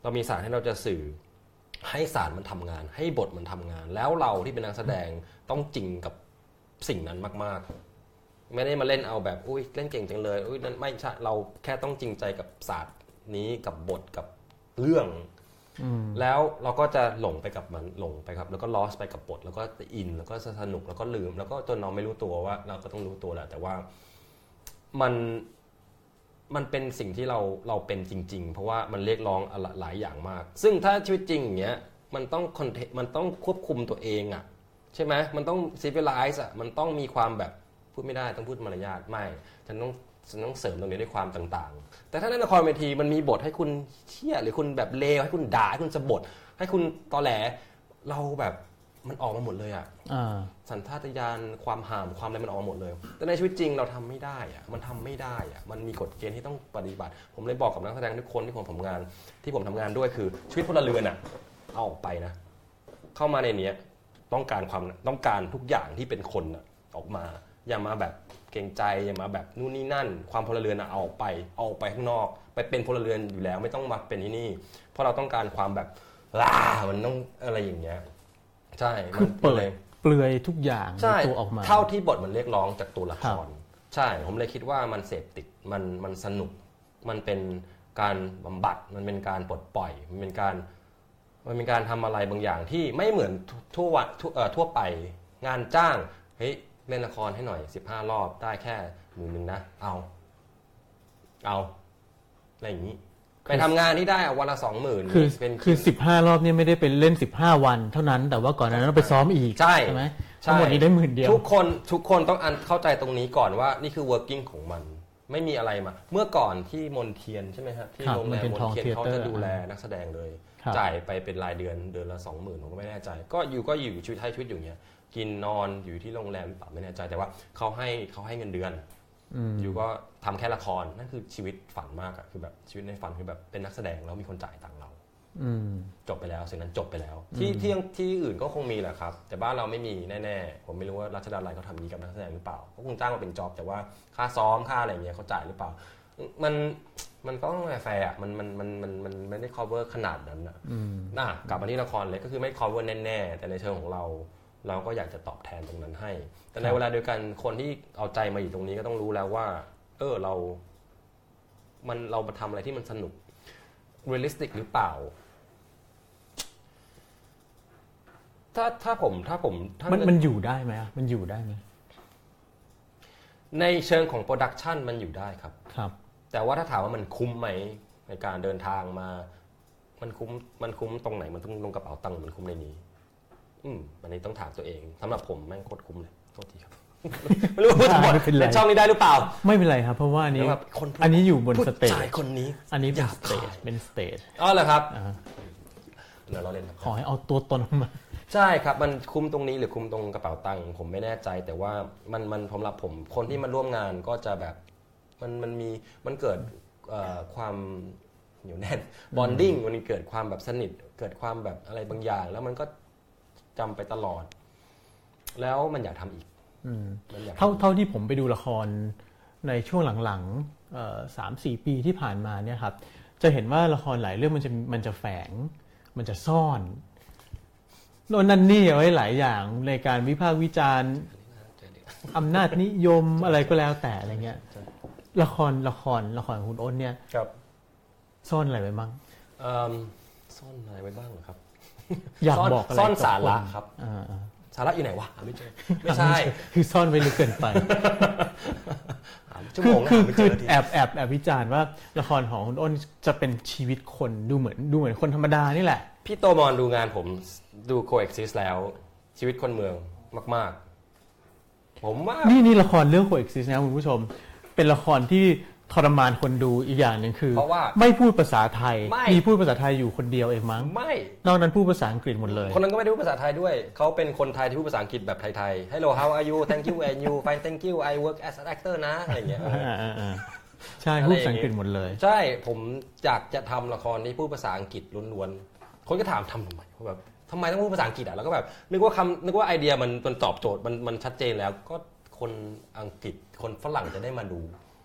เรามีศาสตร์ให้เราจะสื่อให้ศาสตร์มันทำงานให้บทมันทำงานแล้วเราที่เป็นนักแสดงต้องจริงกับสิ่งนั้นมากๆไม่ได้มาเล่นเอาแบบอุ้ยเล่นเก่งจังเลยอุ้ยนั่นไม่ใช่เราแค่ต้องจริงใจกับศาสตร์นี้กับบทกับเรื่องแล้วเราก็จะหลงไปกับมันหลงไปครับแล้วก็ลอสไปกับบทแล้วก็อินแล้วก็สนุกแล้วก็ลืมแล้วก็จนเราไม่รู้ตัวว่าเราก็ต้องรู้ตัวแหละแต่ว่ามันมันเป็นสิ่งที่เราเราเป็นจริงๆเพราะว่ามันเรียกร้องหลายอย่างมากซึ่งถ้าชีวิตจริงอย่างเงี้ยมันต้องคอนเทนต์มันต้องควบคุมตัวเองอ่ะใช่ไหมมันต้องซีวิไลซ์อ่ะมันต้องมีความแบบพูดไม่ได้ต้องพูดมารยาทไม่ฉันต้องฉันต้องเสริมตรงนี้ด้วยความต่างๆแต่ถ้าในละครเวทีมันมีบทให้คุณเชี่ยหรือคุณแบบเลวให้คุณด่าให้คุณสะบดให้คุณตอแหลเราแบบมันออกมาหมดเลยอ่ะสัญชาตญาณความห่ามความอะไรมันออกมาหมดเลยแต่ในชีวิตจริงเราทำไม่ได้อ่ะมันทำไม่ได้อ่ะมันมีกฎเกณฑ์ที่ต้องปฏิบัติผมเลยบอกกับนักแสดงทุกคนที่ผมทำงานที่ผมทำงานด้วยคือชีวิตพลเรือนอ่ะเอาออกไปนะเข้ามาในนี้ต้องการความต้องการทุกอย่างที่เป็นคนอ่ะออกมาอย่ามาแบบเกรงใจอย่ามาแบบนู่นนี่นั่นความพลเรือนอ่ะเอาออกไปเอาออกไปข้างนอกไปเป็นพลเรือนอยู่แล้วไม่ต้องมาเป็นที่นี่เพราะเราต้องการความแบบล่ามันต้องอะไรอย่างเงี้ยใช่คือเปิดเปลือยทุกอย่างในตัวออกมาเท่าที่บทมันเรียกร้องจากตัวละครใช่ผมเลยคิดว่ามันเสพติดมันมันสนุกมันเป็นการบำบัดมันเป็นการปลดปล่อยมันเป็นการมันเป็นการทำอะไรบางอย่างที่ไม่เหมือนทั่ววัดทั่วไปงานจ้างเฮ้ยเล่นละครให้หน่อยสิบห้ารอบได้แค่หมื่นนึงนะเอาเอาอะไรอย่างนี้ไปทำงานที่ได้วันละสองหมื่นคือคือสิบห้ารอบเนี่ยไม่ได้เป็นเล่นสิบห้าวันเท่านั้นแต่ว่าก่อนนั้นเราไปซ้อมอีกใช่ไหมทั้งหมดนี้ได้หมื่นเดียวทุกคนทุกคนต้องอันเข้าใจตรงนี้ก่อนว่านี่คือ working ของมันไม่มีอะไรมาเมื่อก่อนที่มนเทียนใช่ไหมครับที่โรงแรมมนเทียนเขาจะดูแลนักแสดงเลยจ่ายไปเป็นรายเดือนเดือนละสองหมื่นผมก็ไม่แน่ใจก็อยู่ก็อยู่ชีวิตให้ชีวิตอยู่เนี้ยกินนอนอยู่ที่โรงแรมป่ะไม่แน่ใจแต่ว่าเขาให้เขาให้เงินเดือนอยู่ก็ทำแค่ละครนั่นคือชีวิตฝันมากอะคือแบบชีวิตในฝันคือแบบเป็นนักแสดงแล้วมีคนจ่ายตังค์เราจบไปแล้วสิ่งนั้นจบไปแล้วที่ที่ที่อื่นก็คงมีแหละครับแต่บ้านเราไม่มีแน่ๆผมไม่รู้ว่ารัชดาลัยเขาทำนี้กับนักแสดงหรือเปล่าเขาคงจ้างมาเป็นจ็อบแต่ว่าค่าซ้อมค่าอะไรเงี้ยเขาจ่ายหรือเปล่ามันมันก็ต้องแฟร์อะมันมันมันมันมันไม่ได้ cover ขนาดนั้นอะน่ะกลับมาที่ละครเลยก็คือไม่ cover แน่ๆแต่ในเชิงของเราเราก็อยากจะตอบแทนตรงนั้นให้แต่ในเวลาเดียวกันคนที่เอาใจมาอยู่ตรงนี้ก็ต้องรู้แล้วว่าเออเรามันเรามาทำอะไรที่มันสนุก realistic หรือเปล่าถ้าถ้าผมถ้าผมมันมันอยู่ได้ไหมมันอยู่ได้ไหมในเชิงของโปรดักชันมันอยู่ได้ครับครับแต่ว่าถ้าถามว่ามันคุ้มไหมในการเดินทางมามันคุ้มมันคุ้มตรงไหนมันต้องลงกระเป๋าตังค์มันคุ้มในนี้อืมอันนี้ต้องถามตัวเองสำหรับผมแม่งโคตรคุ้มเลยโทษทีครับไม่รู้ว่าพูดหมดในช่องนี้ได้หรือเปล่าไม่เป็นไรครับเพราะว่าอันนี้อันนี้อยู่บนสเตจคนนี้อันนี้เป็นสเตจเป็นสเตจอ๋อเหรอครับเดี๋ยวเราเล่นขอให้เอาตัวตนมาใช่ครับมันคุ้มตรงนี้หรือคุ้มตรงกระเป๋าตังค์ผมไม่แน่ใจแต่ว่ามันมันสำหรับผมคนที่มาร่วมงานก็จะแบบมันมันมีมันเกิดความเหนียวแน่นบอนดิ้งมันเกิดความแบบสนิทเกิดความแบบอะไรบางอย่างแล้วมันก็จำไปตลอดแล้วมันอยากทำอีกเท่าเท่าที่ผมไปดูละครในช่วงหลังๆสามสี่ปีที่ผ่านมาเนี่ยครับจะเห็นว่าละครหลายเรื่องมันจะมันจะแฝงมันจะซ่อนโน่นนั่นนี่เอาไว้หลายอย่างในการวิพากษ์วิจารณ์อำนาจนิยมอะไรก็แล้วแต่อะไรเงี้ยละครละครละครของคุณอ้นเนี่ยซ่อนอะไรไว้บ้างซ่อนอะไรไว้บ้างเหรอครับอยากบอกอะไรซ่อนสาระครับสาระอยู่ไหนวะไม่ใช่ไม่ใช่คือซ่อนไว้ลึกเกินไปคือคือคือแอบแอบแอบวิจารณ์ว่าละครของคุณอ้นจะเป็นชีวิตคนดูเหมือนดูเหมือนคนธรรมดานี่แหละพี่โตมอนดูงานผมดู Coexist แล้วชีวิตคนเมืองมากๆผมว่านี่นี่ละครเรื่อง Coexist นะคุณผู้ชมเป็นละครที่ทรมานคนดูอีกอย่างนึงคือไม่พูดภาษาไทยมีพูดภาษาไทยอยู่คนเดียวเองมั้งไม่นอกนั้นพูดภาษาอังกฤษหมดเลยคนนั้นก็ไม่ได้พูดภาษาไทยด้วยเขาเป็นคนไทยที่พูดภาษาอังกฤษแบบไทยๆ Hello how are you thank you and you fine thank you I work as an actor นะอะไรอย่างเงี้ยใช่พูดภาษาอังกฤษหมดเลยใช่ผมอยากจะทำละครที่พูดภาษาอังกฤษล้วนๆคนก็ถามทำทำไมแบบทำไมต้องพูดภาษาอังกฤษอ่ะแล้วก็แบบนึกว่าคำนึกว่าไอเดียมันมันตอบโจทย์มันมันชัดเจนแล้วก็คนอังกฤษคนฝรั่งจะได้มาดู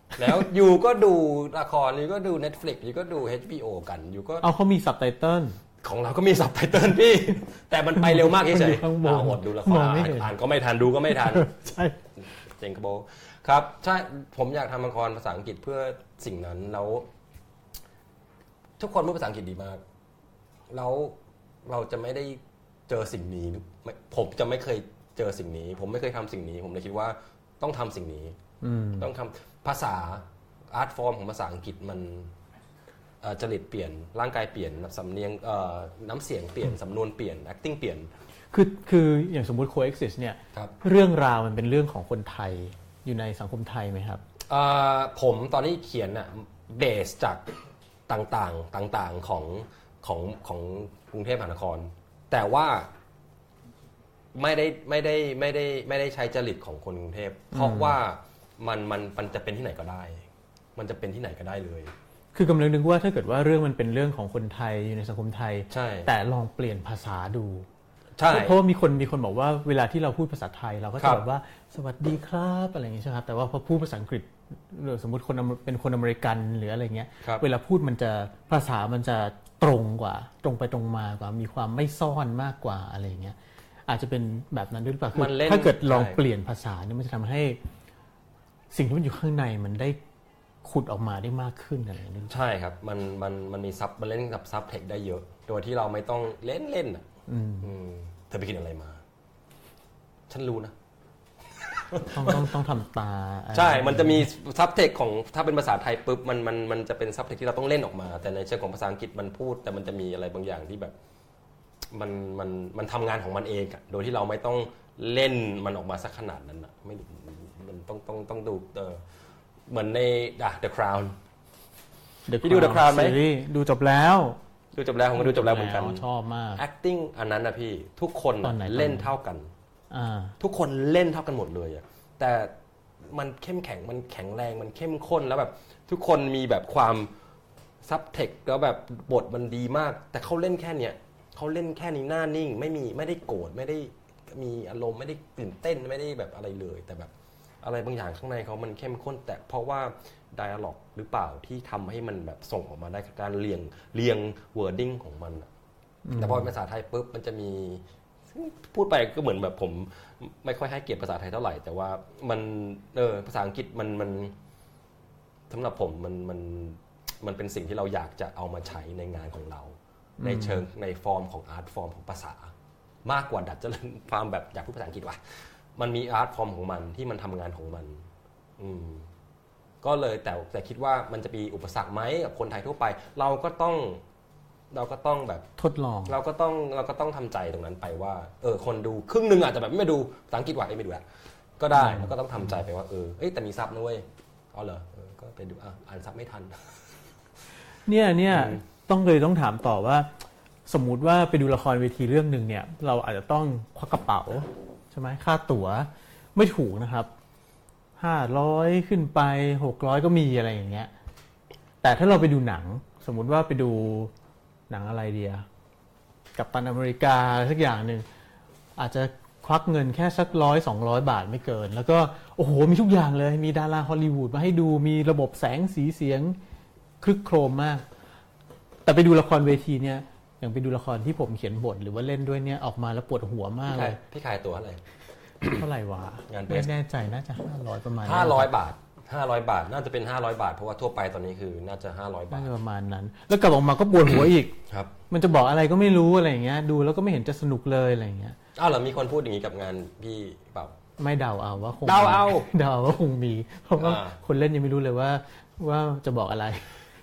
แล้วอยู่ก็ดูละครอยู่ก็ดู Netflix อยู่ก็ดู เอช บี โอ กันอยู่ก็เอาเขามีซับไตเติลของเราก็มีซับไตเติลพี่แต่มันไปเร็วมากเฉยๆเอาอดดูละครอ่านก็ไม่ทันดูก็ไม่ทันใช่เจงกระโบครับใช่ผมอยากทำละครภาษาอังกฤษเพื่อสิ่งนั้นแล้วทุกคนพูดภาษาอังกฤษดีมากแล้วเราจะไม่ได้เจอสิ่งนี้ผมจะไม่เคยเจอสิ่งนี้ผมไม่เคยทำสิ่งนี้ผมเลยคิดว่าต้องทำสิ่งนี้ต้องทำภาษาอาร์ตฟอร์มของภาษาอังกฤษมันจริตเปลี่ยนร่างกายเปลี่ยนสำเนียงน้ำเสียงเปลี่ยนสำนวนเปลี่ยน acting เปลี่ยนคือคืออย่างสมมุติ coexist เนี่ยเรื่องราวมันเป็นเรื่องของคนไทยอยู่ในสังคมไทยไหมครับผมตอนนี้เขียนอะเบสจากต่างๆต่างๆของของของกรุงเทพมหานครแต่ว่าไม่ได้ไม่ได้ไม่ได้ไม่ได้ใช้จริตของคนกรุงเทพเพราะว่ามันมันมันจะเป็นที่ไหนก็ได้มันจะเป็นที่ไหนก็ได้เลยคือกำลังนึกว่าถ้าเกิดว่าเรื่องมันเป็นเรื่องของคนไทยอยู่ในสังคมไทยแต่ลองเปลี่ยนภาษาดูใช่เพราะมีคนมีคนบอกว่าเวลาที่เราพูดภาษาไทยเราก็จะแบบว่าสวัสดีครับอะไรอย่างนี้ใช่ไหมครับแต่ว่าพอพูดภาษาอังกฤษหรือสมมติคนเป็นคนอเมริกันหรืออะไรเงี้ยเวลาพูดมันจะภาษามันจะตรงกว่าตรงไปตรงมากว่ามีความไม่ซ่อนมากกว่าอะไรเงี้ยอาจจะเป็นแบบนั้นด้วยหรือเปล่าคือถ้าเกิดลองเปลี่ยนภาษาเนี่ยมันจะทำให้สิ่งที่มันอยู่ข้างในมันได้ขุดออกมาได้มากขึ้นอะไรอย่างนี้ใช่ครับมันมันมันมีซับมันเล่นกับซับเทคได้เยอะโดยที่เราไม่ต้องเล่นเล่นอ่ะเธอไปกินอะไรมาฉันรู้นะต้องต้องต้องทำตาใช่มันจะมีซับเทคของถ้าเป็นภาษาไทยปุ๊บมันมันมันจะเป็นซับเทคที่เราต้องเล่นออกมาแต่ในเชิงของภาษาอังกฤษมันพูดแต่มันจะมีอะไรบางอย่างที่แบบมันมันมันทำงานของมันเองอะโดยที่เราไม่ต้องเล่นมันออกมาสักขนาดนั้นอะไม่มันต้องต้องต้องดูเออเหมือนในอ่ะ The Crown พี่ดู The Crown ไหมดูจบแล้วดูจบแล้วผมก็ดูจบแล้วเหมือนกันชอบมาก acting อันนั้นนะพี่ทุกคนเล่นเท่ากันทุกคนเล่นเท่ากันหมดเลยอะแต่มันเข้มแข็งมันแข็งแรงมันเข้มข้นแล้วแบบทุกคนมีแบบความซับเทคแล้วแบบบทมันดีมากแต่เขาเล่นแค่เนี้ยเขาเล่นแค่นี้หน้านิ่งไม่มีไม่ได้โกรธไม่ได้มีอารมณ์ไม่ได้ตื่นเต้นไม่ได้แบบอะไรเลยแต่แบบอะไรบางอย่างข้างในเขามันเข้มข้นแต่เพราะว่า dialog หรือเปล่าที่ทำให้มันแบบส่งออกมาได้การเรียงเรียง wording ของมันแต่พอเป็นภาษาไทยปุ๊บมันจะมีพูดไปก็เหมือนแบบผมไม่ค่อยให้เกียรติภาษาไทยเท่าไหร่แต่ว่ามันเออภาษาอังกฤษมันมันสำหรับผมมันมันมันเป็นสิ่งที่เราอยากจะเอามาใช้ในงานของเราในเชิงในฟอร์มของอาร์ตฟอร์มของภาษามากกว่าดัดจริตความแบบอยากพูดภาษาอังกฤษว่ะมันมีอาร์ตฟอร์มของมันที่มันทำงานของมันอืมก็เลยแต่แต่คิดว่ามันจะมีอุปสรรคไหมกับคนไทยทั่วไปเราก็ต้องเราก็ต้องแบบทดลองเราก็ต้องเราก็ต้องทำใจตรงนั้นไปว่าเออคนดูครึ่งนึงอาจจะแบบไม่ดูภาษาอังกฤษว่ะไม่ดูแล้วก็ได้แล้วก็ต้องทำใจไปว่าเออเอ้ยแต่มีซับนะเว้ยเอาเหรอเออก็ไปดูอ่านซับไม่ทันเนี่ยเนี่ยต้องเลยต้องถามต่อว่าสมมุติว่าไปดูละครเวทีเรื่องนึงเนี่ยเราอาจจะต้องควักกระเป๋าใช่ไหมค่าตั๋วไม่ถูกนะครับห้าร้อยขึ้นไปหกร้อยก็มีอะไรอย่างเงี้ยแต่ถ้าเราไปดูหนังสมมุติว่าไปดูหนังอะไรเดียกัปตันอเมริกาสักอย่างนึงอาจจะควักเงินแค่สักร้อยสองร้อยบาทไม่เกินแล้วก็โอ้โหมีทุกอย่างเลยมีดาราฮอลลีวูดมาให้ดูมีระบบแสงสีเสียงคลึกโครมมากแต่ไปดูละครเวทีเนี่ยอย่างไปดูละครที่ผมเขียนบทหรือว่าเล่นด้วยเนี่ยออกมาแล้วปวดหัวมากเลยพี่ขายตัวอะไรเท่าไหร่วะไม่แน่ใจน่าจะห้าร้อยประมาณห้าร้อยบาทห้าร้อยบาทน่าจะเป็นห้าร้อยบาทเพราะว่าทั่วไปตอนนี้คือน่าจะห้าร้อยบาทประมาณนั้นแล้วกลับออกมาก็ปวดหัวอีกครับมันจะบอกอะไรก็ไม่รู้อะไรอย่างเงี้ยดูแล้วก็ไม่เห็นจะสนุกเลยอะไรอย่างเงี้ยอ้าวเหรอมีคนพูดอย่างนี้กับงานพี่เปล่าไม่เดาเอาว่าคงเดาเอาเดาว่าคงมีเพราะว่าคนเล่นยังไม่รู้เลยว่าว่าจะบอกอะไร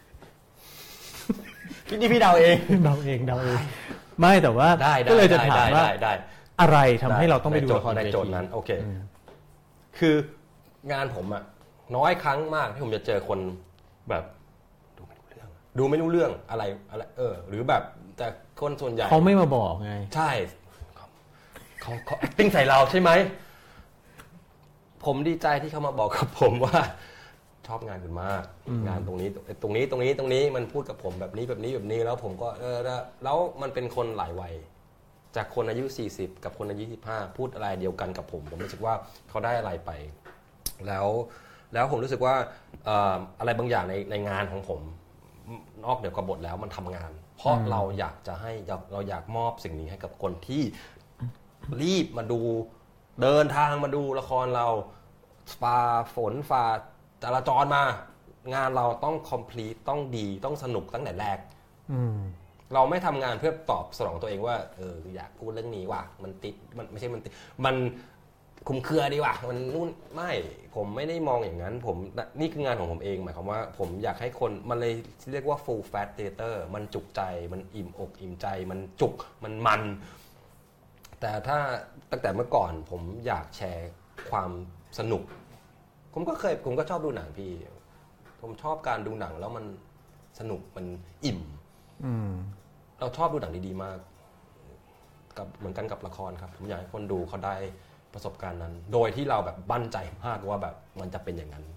พี่นี่พี่เดาเองเดาเองเดาเองไม่แต่ว่าก็เลยจะถามว่าอะไรทำให้เราต้องไปดูละครในโจทย์นั้นโอเคคืองานผมอะน้อยครั้งมากที่ผมจะเจอคนแบบดูไม่รู้เรื่องดูไม่รู้เรื่องอะไรอะไรเออหรือแบบแต่คนส่วนใหญ่เขาไม่มาบอกไงใช่เขาเขา acting ใส่เราใช่ไหมผมดีใจที่เขามาบอกกับผมว่าชอบงานคุณมากงานตรงนี้ตรงนี้ตรงนี้ตรงนี้มันพูดกับผมแบบนี้แบบนี้แบบนี้แล้วผมก็เออแล้วมันเป็นคนหลายวัยจากคนอายุสี่สิบกับคนอายุยี่สิบห้าพูดอะไรเดียวกันกับผมผมรู้สึกว่าเขาได้อะไรไปแล้วแล้วผมรู้สึกว่าอะไรบางอย่างในในงานของผมนอกเหนือกว่าบทแล้วมันทำงานเพราะเราอยากจะให้เราอยากมอบสิ่งนี้ให้กับคนที่รีบมาดูเดินทางมาดูละครเราฝ่าฝนฝ่าจราจรมางานเราต้อง complete ต้องดีต้องสนุกตั้งแต่แรกเราไม่ทำงานเพื่อตอบสนองตัวเองว่าเอออยากพูดเรื่องนี้ว่ะมันติดมันไม่ใช่มันติดมันคุมเครือดีว่ะมันนู่นไม่ผมไม่ได้มองอย่างนั้นผมนี่คืองานของผมเองหมายความว่าผมอยากให้คนมันเลยเรียกว่า full fat theater มันจุกใจมันอิ่มอกอิ่มใจมันจุกมันมันแต่ถ้าตั้งแต่เมื่อก่อนผมอยากแชร์ความสนุกผมก็เคยผมก็ชอบดูหนังพี่ผมชอบการดูหนังแล้วมันสนุกมันอิ่มเราชอบดูหนังดีๆมากกับเหมือนกันกับละครครับผมอยากให้คนดูเขาได้ประสบการณ์นั้นโดยที่เราแบบบั่นใจมากว่าแบบมันจะเป็นอย่างนั้น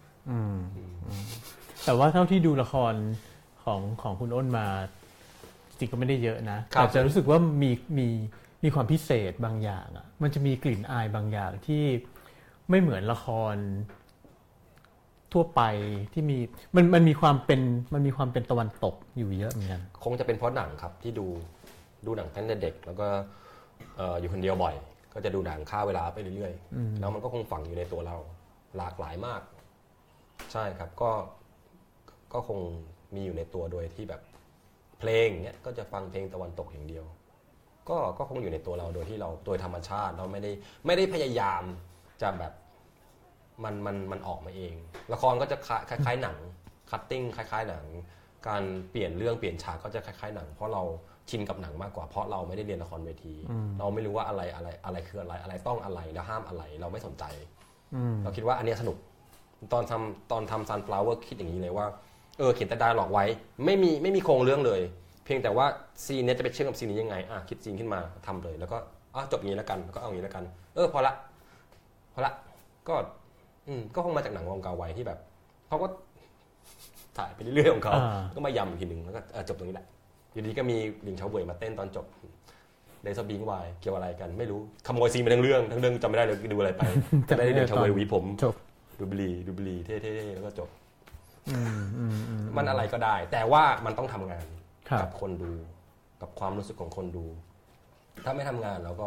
แต่ว่าเท่าที่ดูละครของของคุณอ้นมาจริงก็ไม่ได้เยอะนะแต่จะรู้สึกว่ามีมีมีความพิเศษบางอย่างอ่ะมันจะมีกลิ่นอายบางอย่างที่ไม่เหมือนละครทั่วไปที่มีมันมันมีความเป็นมันมีความเป็นตะวันตกอยู่เยอะเหมือนกันคงจะเป็นเพราะหนังครับที่ดูดูหนังตั้งแต่เด็กแล้วก็อยู่คนเดียวบ่อยก็จะดูหนังฆ่าเวลาไปเรื่อยๆแล้วมันก็คงฝังอยู่ในตัวเราหลากหลายมากใช่ครับก็ก็คงมีอยู่ในตัวโดยที่แบบเพลงเนี้ยก็จะฟังเพลงตะวันตกอย่างเดียวก็ก็คงอยู่ในตัวเราโดยที่เราโดยธรรมชาติเราไม่ได้ไม่ได้พยายามจะแบบมันมันมันออกมาเองละครก็จะคล้ายๆหนังคัตติ้งคล้ายๆหนังการเปลี่ยนเรื่องเปลี่ยนฉากก็จะคล้ายๆหนังเพราะเราชินกับหนังมากกว่าเพราะเราไม่ได้เรียนละครเวทีเราไม่รู้ว่าอะไรอะไรอะไรคืออะไรอะไรต้องอะไรแล้วห้ามอะไรเราไม่สนใจเราคิดว่าอันนี้สนุกตอนทำตอนทำ Sunflower คิดอย่างนี้เลยว่าเออเขียนแต่ไดอะล็อกไว้ไม่มีไม่มีโครงเรื่องเลยเพียงแต่ว่าซีนนี้จะไปเชื่อมกับซีนนี้ยังไงอ่ะคิดซีนขึ้นมาทำเลยแล้วก็อ่ะจบอย่างนี้แล้วกันก็เอาอย่างนี้แล้วกันเออพอละพอละก็อืมก็คงมาจากหนังวองกาไวที่แบบเขาก็ถ่ายไปเรื่อยๆของเขาก็มายำอีกทีนึงแล้วก็จบตรงนี้แหละอยู่ดีก็มีลิงเฉาเว่ยมาเต้นตอนจบเดซบิงไวเกี่ยวอะไรกันไม่รู้ขโมยซีนไปทั้งเรื่องทั้งเรื่องจำไม่ได้เลยดูอะไรไปจะได้ลิงเฉาเว่ยหวีผมดูบลีดูบลีเท่ๆแล้วก็จบมันอะไรก็ได้แต่ว่ามันต้องทำงานกับคนดูกับความรู้สึกของคนดูถ้าไม่ทำงานแล้วก็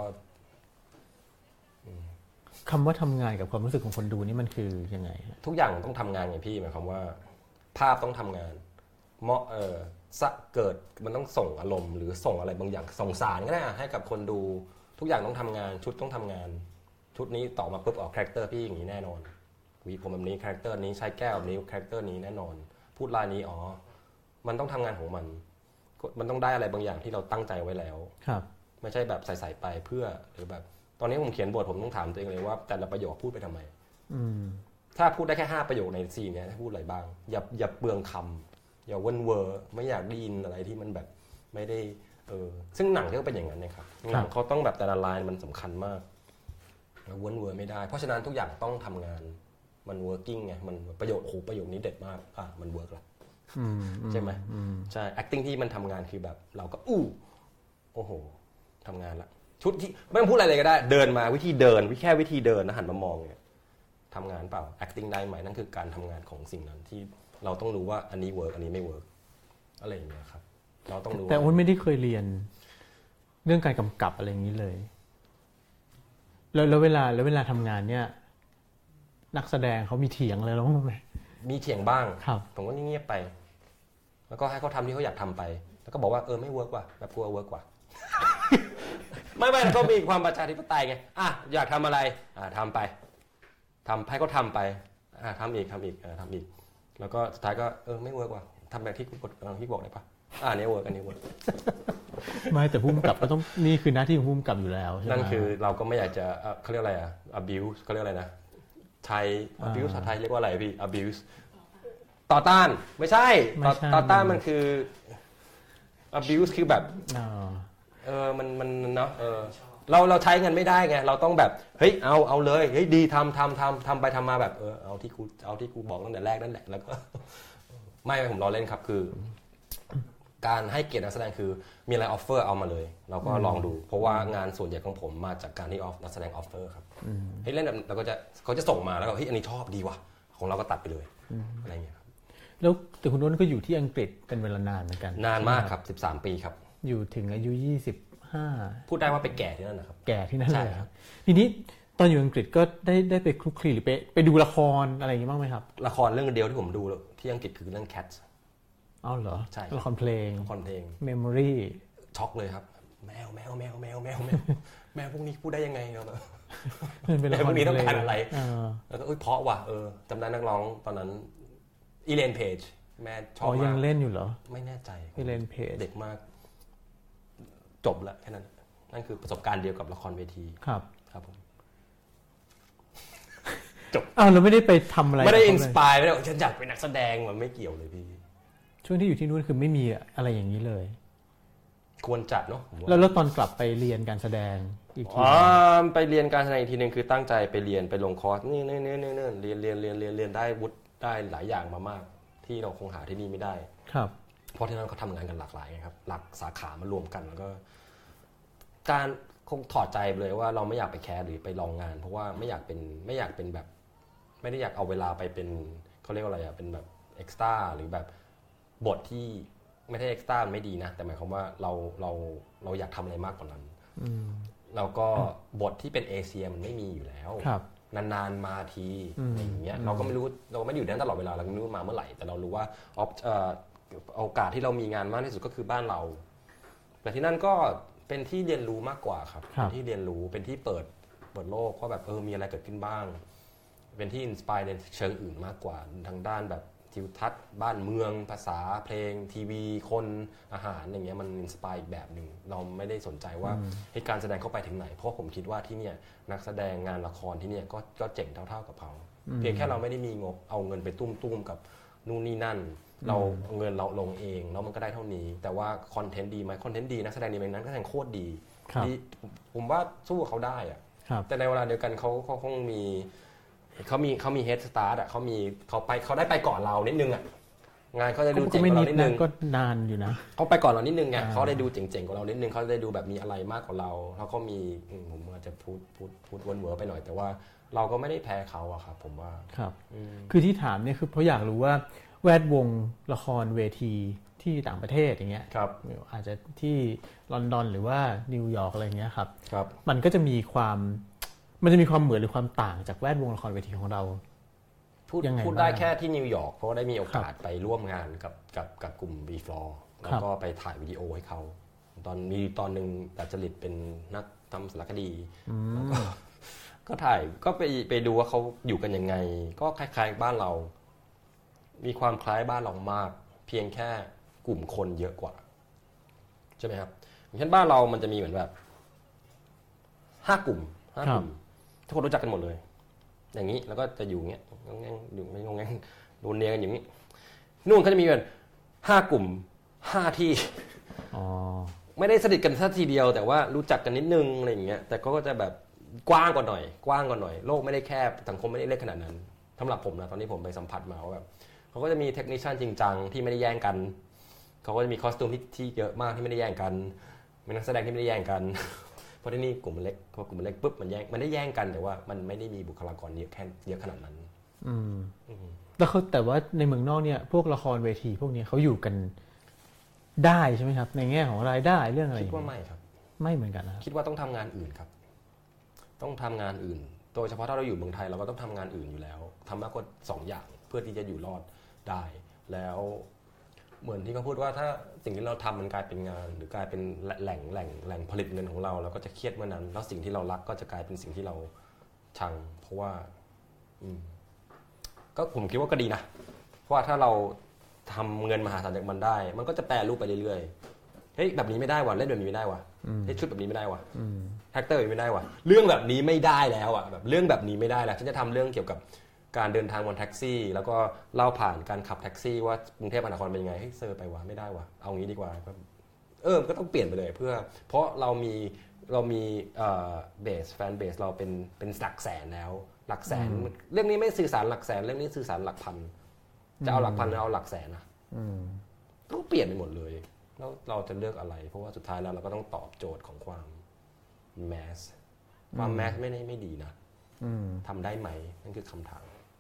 คำว่าทำงานกับความรู้สึกของคนดูนี่มันคือยังไงทุกอย่างต้องทำงานไงพี่หมายความว่าภาพต้องทำงานเหมาะเออเกิดมันต้องส่งอารมณ์หรือส่งอะไรบางอย่างส่งสารก็ได้ให้กับคนดูทุกอย่างต้องทำงานชุดต้องทำงานชุดนี้ต่อมาปุ๊บออกคาแรคเตอร์พี่อย่างนี้แน่นอนวีผมแบบนี้คาแรคเตอร์นี้ใช้แก้วแบบนี้คาแรคเตอร์นี้แน่นอนพูดลายนี้อ๋อมันต้องทำงานของมันมันต้องได้อะไรบางอย่างที่เราตั้งใจไว้แล้วครับไม่ใช่แบบใส่ๆไปเพื่อหรือแบบตอนนี้ผมเขียนบทผมต้องถามตัวเองเลยว่าแต่ละประโยคพูดไปทำไมถ้าพูดได้แค่ห้าประโยคในซีนนี้พูดอะไรบ้างอย่าอย่าเปลืองคำอย่าเว่นเวอร์ไม่อยากได้ยินอะไรที่มันแบบไม่ได้เออซึ่งหนังก็เป็นอย่างนั้นนะครับหนังเขาต้องแบบแต่ละไลน์มันสำคัญมากเว่นเวอร์ไม่ได้เพราะฉะนั้นทุกอย่างต้องทำงานมัน working ไงมันประโยคโอ้โหประโยคนี้เด็ดมากอ่ะมัน work ละใช่ไหมใช่ acting ที่มันทำงานคือแบบเราก็อู้โอ้โหทำงานละชุดที่ไม่ต้องพูดอะไรเลยก็ได้เดินมาวิธีเดินวิแค่วิธีเดินนะหันมามองเนี่ยทำงานเปล่า acting ได้ไหมนั่นคือการทำงานของสิ่งนั้นที่เราต้องรู้ว่าอันนี้ work อันนี้ไม่ work อะไรอย่างเงี้ยครับเราต้องรู้แต่อ้นไม่ได้เคยเรียนเรื่องการกำกับอะไรอย่างนี้เลยแล้วแล้วเวลาแล้วเวลาทำงานเนี่ยนักแสดงเขามีเถียงอะไรแล้วไหมมีเถียงบ้างผมก็เงียบไปแล้วก็ให้เขาทำที่เขาอยากทำไปแล้วก็บอกว่าเออไม่ work ว่ะแบบกูว่า work กว่า ไม่ไม่ก็มีความประชาธิปไตยไงอ่ะอยากทำอะไรอ่ะทำไปทำให้เขาทำไปอ่ะทำอีกทำอีกอ่ะทำอีกแล้วก็สุดท้ายก็เออไม่ work ว่ะทำแบบที่กูกดที่บอกได้ปะอ่ะนี่ work อันนี้ work ไม่แต่ผู้กำกับก็ต้องนี่คือหน้าที่ของผู้กำกับอยู่แล้วใช่ไหมนั่นคือเราก็ไม่อยากจะเขาเรียกอะไรอ่ะ abuse เขาเรียกอะไรนะไทย abuse ภาษาไทยเรียกว่าอะไรพี่ abuse ต่อต้านไม่ใช่ต่อต้านมันคือ abuse คือแบบเออมันมันเนาะเออเราเราใช้เงินไม่ได้ไงเราต้องแบบเฮ้ยเอาเอาเลยเฮ้ยดีทำทำทำทำไปทำมาแบบเออเอาที่กูเอาที่กูบอกตั้งแต่แรกนั่นแหละแล้วก็ไม่ผมล้อเล่นครับคือการให้เกียรตินักแสดงคือมีอะไรออฟเฟอร์เอามาเลยเราก็ลองดูเพราะว่างานส่วนใหญ่ของผมมาจากการที่ออฟนักแสดงออฟเฟอร์ครับให้เล่นแบบเราก็จะเขาจะส่งมาแล้วก็เฮ้ยอันนี้ชอบดีว่ะของเราก็ตัดไปเลยอะไรเงี้ยครับแล้วแต่คุณอ้นก็อยู่ที่อังกฤษเป็นเวลานานเหมือนกันนานมากครับสิบสามปีครับอยู่ถึงอายุยี่สิบห้าพูดได้ว่าไปแก่ที่นั่นนะครับแก่ที่นั่นเลยครับทีนี้ตอนอยู่อังกฤษก็ได้ได้ไปคลุกคลีหรือไปไปดูละครอะไรอย่างนี้บ้างไหมครับละครเรื่องเดียวที่ผมดูที่อังกฤษคือเรื่อง Cats อ้าวเหรอใช่ละครเพลงละครเพลง Memory ช็อกเลยครับแมวแมวแมวแมวแมวแมวแมวพวกนี้พูดได้ยังไงเนาะแมวพวกนี้ต้องการอะไรแล้วก็เอ้ยเพราะว่ะเออจำได้นักร้องตอนนั้นอีเลนเพจแม่ชอบมากยังเล่นอยู่เหรอไม่แน่ใจอีเลนเพจเด็กมากจบแล้วแค่นั้นนั่นคือประสบการณ์เดียวกับละครเวทีครับครับผมจบอ้าวเราไม่ได้ไปทำอะไรไม่ได้อินสปายไม่ได้ฉันอยากเป็นนักแสดงมันไม่เกี่ยวเลยพี่ช่วงที่อยู่ที่นู่นคือไม่มีอะไรอย่างนี้เลยควรจัดเนาะแล้วแล้วตอนกลับไปเรียนการแสดงอีกทีอ๋อไปเรียนการแสดงอีกทีนึงคือตั้งใจไปเรียนไปลงคอร์สนี่นี่นี่นี่เรียนเรียนเรียนเรียนเรียนได้วุฒิได้หลายอย่างมามากที่เราคงหาที่นี่ไม่ได้ครับเพราะที่นั่นเขาทำงานกันหลากหลายครับหลักสาขามารวมกันแล้วก็การคงถอดใจเลยว่าเราไม่อยากไปแคสหรือไปลองงานเพราะว่าไม่อยากเป็นไม่อยากเป็นแบบไม่ได้อยากเอาเวลาไปเป็นเขาเรียกว่าอะไรอ่ะเป็นแบบเอ็กซ์ตร้าหรือแบบบทที่ไม่ได้เอ็กซ์ตร้าไม่ดีนะแต่หมายความว่าเราเราเราอยากทำอะไรมากกว่านั้นแล้วก็บทที่เป็นเอเชียมันไม่มีอยู่แล้วนานๆมาทีอย่างเงี้ยเราก็ไม่รู้เราไม่อยู่นั้นตลอดเวลาเราไม่รู้มาเมื่อไหร่แต่เรารู้ว่าโอกาสที่เรามีงานมากที่สุดก็คือบ้านเราแต่ที่นั่นก็เป็นที่เรียนรู้มากกว่าครับเป็นที่เรียนรู้เป็นที่เปิดเปิดโลกว่าแบบเออมีอะไรเกิดขึ้นบ้างเป็นที่อินสไปร์ในเชิงอื่นมากกว่าทางด้านแบบทิวทัศน์บ้านเมืองภาษาเพลงทีวีคนอาหารอย่างเงี้ยมันอินสไปร์อีกแบบนึงเราไม่ได้สนใจว่าให้การแสดงเข้าไปถึงไหนเพราะผมคิดว่าที่เนี่ยนักแสดงงานละครที่เนี่ยก็ก็เจ๋งเท่าๆกับเขาเพียงแค่เราไม่ได้มีงบเอาเงินไปตุ้มๆกับนู่นนี่นั่นเราเงินเราลงเองแล้วมันก็ได้เท่านี้แต่ว่าคอนเทนต์ดีไหมคอนเทนต์ดีนักแสดงดีไหมนั้นก็แสดงโคตรดีผมว่าสู้เขาได้อะแต่ในเวลาเดียวกันเขาเขาคงมีเขามีเขามีเฮดสตาร์ทอ่ะเขามีเขาไปเขาได้ไปก่อนเรานิดนึงอ่ะงานเขาจะดูเจ๋งกว่าเรานิดนึงก็นานอยู่นะเขาไปก่อนเรานิดนึงไงเขาได้ดูเจ๋งๆกว่าเรานิดนึงเขาได้ดูแบบมีอะไรมากกว่าเราแล้วเขามีผมอาจจะพูดพูดพูดวนเวอร์ไปหน่อยแต่ว่าเราก็ไม่ได้แพ้เขาอะครับผมว่าครับคือที่ถามเนี่ยคือเพราะอยากรู้ว่าแวดวงละครเวทีที่ต่างประเทศอย่างเงี้ยอาจจะที่ลอนดอนหรือว่านิวยอร์กอะไรเงี้ยครับมันก็จะมีความมันจะมีความเหมือนหรือความต่างจากแวดวงละครเวทีของเราพูดพูดได้แค่ที่นิวยอร์กเพราะได้มีโอกาสไปร่วมงานกับกับกับกลุ่ม B Floor แล้วก็ไปถ่ายวิดีโอให้เขาตอนมีตอนหนึ่งแต่จริตเป็นนักทำสารคดีแล้วก็ก็ถ่ายก็ไปไปดูว่าเขาอยู่กันยังไงก็คล้ายๆบ้านเรามีความคล้ายบ้านเรามากเพียงแค่กลุ่มคนเยอะกว่าใช่ไหมครับอย่างเช่นบ้านเรามันจะมีเหมือนแบบห้ากลุ่มห้ากลุ่มทุกคนรู้จักกันหมดเลยอย่างนี้แล้วก็จะอยู่เงี้ยงงแงงอยู่ไม่งงแงงโดนเนียกันอย่างนี้นู่นเขาจะมีกันห้ากลุ่มห้าที่ไม่ได้สนิทกันสักทีเดียวแต่ว่ารู้จักกันนิดนึงอะไรอย่างเงี้ยแต่ก็จะแบบกว้างกว่าหน่อยกว้างกว่าหน่อยโลกไม่ได้แคบสังคมไม่ได้เล็กขนาดนั้นสำหรับผมนะตอนนี้ผมไปสัมผัสมาว่าแบบเขาก็จะมีเทคนิคชั่นจริงจังที่ไม่ได้แย่งกันเขาก็จะมีคอสตูมที่ที่เยอะมากที่ไม่ได้แย่งกันมีนักแสดงที่ไม่ได้แย่งกันเพราะที่นี่กลุ่มมันเล็กพอกลุ่มมันเล็กปุ๊บมันแย่งมันได้แย่งกันแต่ว่ามันไม่ได้มีบุคลากรเยอะแค่เยอะขนาดนั้นอืมแล้วเขาแต่ว่าในเมืองนอกเนี่ยพวกละครเวทีพวกนี้เขาอยู่กันได้ใช่ไหมครับในแง่ของรายได้เรื่องอะไรคิดว่าไม่ครับไม่เหมือนกันนะคิดว่าต้องทำงานอื่นครับต้องทำงานอื่นโดยเฉพาะถ้าเราอยู่เมืองไทยเราก็ต้องทำงานอื่นอยู่แล้วทำมากกว่าสองอย่างเพื่อที่จะอยู่รอดได้แล้วเหมือนที่เขาพูดว่าถ้าสิ่งที่เราทำมันกลายเป็นงานหรือกลายเป็นแหล่งแหล่งแหล่งผลิตเงินของเราเราก็จะเครียดเมื่อนั้นแล้วสิ่งที่เรารักก็จะกลายเป็นสิ่งที่เราชังเพราะว่าอืมก็ผมคิดว่าก็ดีนะเพราะว่าถ้าเราทำเงินมหาศาลจากมันได้มันก็จะแปรรูปไปเรื่อยๆเฮ้ยแบบนี้ไม่ได้ว่ะเล่นแบบนี้ไม่ได้ว่ะเฮ้ยชุดแบบนี้ไม่ได้ว่ะแท็กเตอร์ไม่ได้ว่ะเรื่องแบบนี้ไม่ได้แล้วอ่ะแบบเรื่องแบบนี้ไม่ได้แล้วฉันจะทำเรื่องเกี่ยวกับการเดินทางบนแท็กซี่แล้วก็เล่าผ่านการขับแท็กซี่ว่ากรุงเทพมหานครเป็นยังไงให้เซอร์ไปวะไม่ได้วะเอางี้ดีกว่าเออก็ต้องเปลี่ยนไปเลยเพื่อเพราะเรามีเรามีเอ่อเบสแฟนเบสเราเป็นเป็นหลักแสนแล้วหลักแสนเรื่องนี้ไม่สื่อสารหลักแสนเรื่องนี้สื่อสารหลักพันจะเอาหลักพันหรือเอาหลักแสนนะต้องเปลี่ยนไปหมดเลยแล้วเราจะเลือกอะไรเพราะว่าสุดท้ายแล้วเราก็ต้องตอบโจทย์ของความแมสความแมสไม่ได้ไม่ดีนะทำได้ไหมนั่นคือคำถาม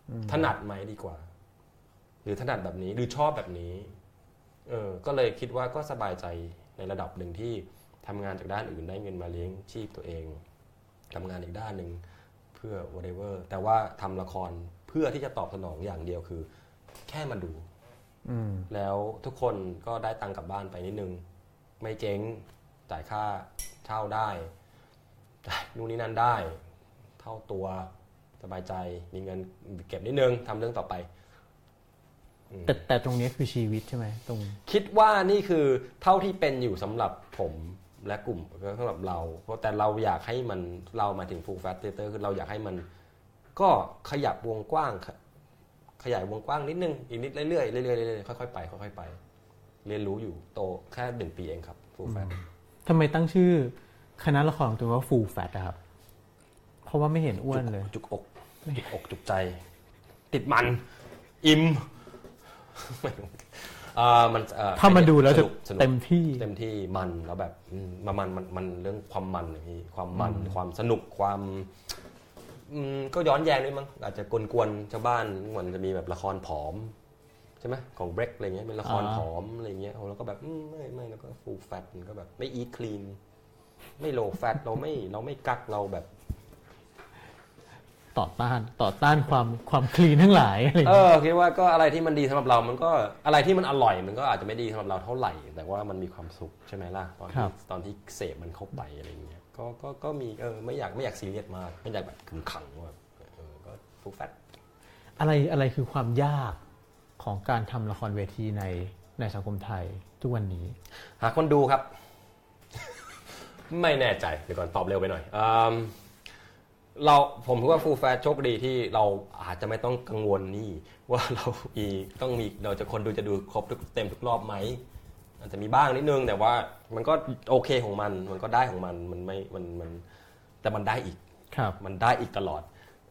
ถนัดไหมดีกว่าหรือถนัดแบบนี้หรือชอบแบบนี้เออก็เลยคิดว่าก็สบายใจในระดับหนึ่งที่ทำงานจากด้านอื่นได้เงินมาเลี้ยงชีพตัวเองทำงานอีกด้านหนึ่งเพื่อ whatever แต่ว่าทำละครเพื่อที่จะตอบสนองอย่างเดียวคือแค่มาดูแล้วทุกคนก็ได้ตังค์กลับบ้านไปนิดนึงไม่เจ๊งจ่ายค่าเช่าได้จ่ายนู่นนี่นั่นได้เท่าตัวสบายใจมีเงินเก็บนิดนึงทำเรื่องต่อไปแต่แต่ตรงนี้คือชีวิตใช่ไหมตรงคิดว่านี่คือเท่าที่เป็นอยู่สำหรับผมและกลุ่มสำหรับเราเพราะแต่เราอยากให้มันเรามาถึง Full Fat Theater คือเราอยากให้มันก็ขยับวงกว้างขยายวงกว้างนิดนึงอีกนิดเรื่อยๆเรื่อยๆเรื่อยๆค่อยๆไปค่อยๆไปเรียนรู้อยู่โตแค่หนึ่งปีเองครับ Full Fat ทำไมตั้งชื่อคณะละครของตัวว่า Full Fat อะครับเพราะว่าไม่เห็นอ้วนเลยจุกอกจุกอกจุกใจติดมันอิ่มมันถ้ามาดูแล้วจะเต็มที่เต็มที่มันแล้วแบบมันมันมันมันเรื่องความมันพี่ความมันความสนุกความก็ย้อนแย้งด้วยมั้งอาจจะกวนๆชาวบ้านมันจะมีแบบละครผอมใช่ไหมของเบรกอะไรเงี้ยเป็นละครผอมอะไรเงี้ยแล้วก็แบบไม่ไม่แล้วก็ฟูลแฟตมันก็แบบไม่อีทคลีนไม่โลแฟตเราไม่เราไม่กักเราแบบต่อต้านต่อต้านความความคลีนทั้งหลายอะไรเออคิดว่าก็อะไรที่มันดีสำหรับเรามันก็อะไรที่มันอร่อยมันก็อาจจะไม่ดีสำหรับเราเท่าไหร่แต่ว่ามันมีความสุขใช่ไหมล่ะตอนที่ตอนที่เสพมันเข้าไปอะไรเงี้ยก็ก็ก็มีเออไม่อยากไม่อยากซีเรียสมากไม่อยากแบบขึงขังแบบเออก็ฟูลแฟตอะไรอะไรคือความยากของการทำละครเวทีในในสังคมไทยทุกวันนี้หาคนดูครับ ไม่แน่ใจเดี๋ยวก่อนตอบเร็วไปหน่อยเราผมคิดว่า Full Fat โชคดีที่เราอาจจะไม่ต้องกังวลนี่ว่าเรามีต้องมีเราจะคนดูจะดูครบทุกเต็มทุกรอบไหมอาจจะมีบ้างนิดนึงแต่ว่ามันก็โอเคของมันมันก็ได้ของมันมันไม่มันมันแต่มันได้อีกครับมันได้อีกตลอด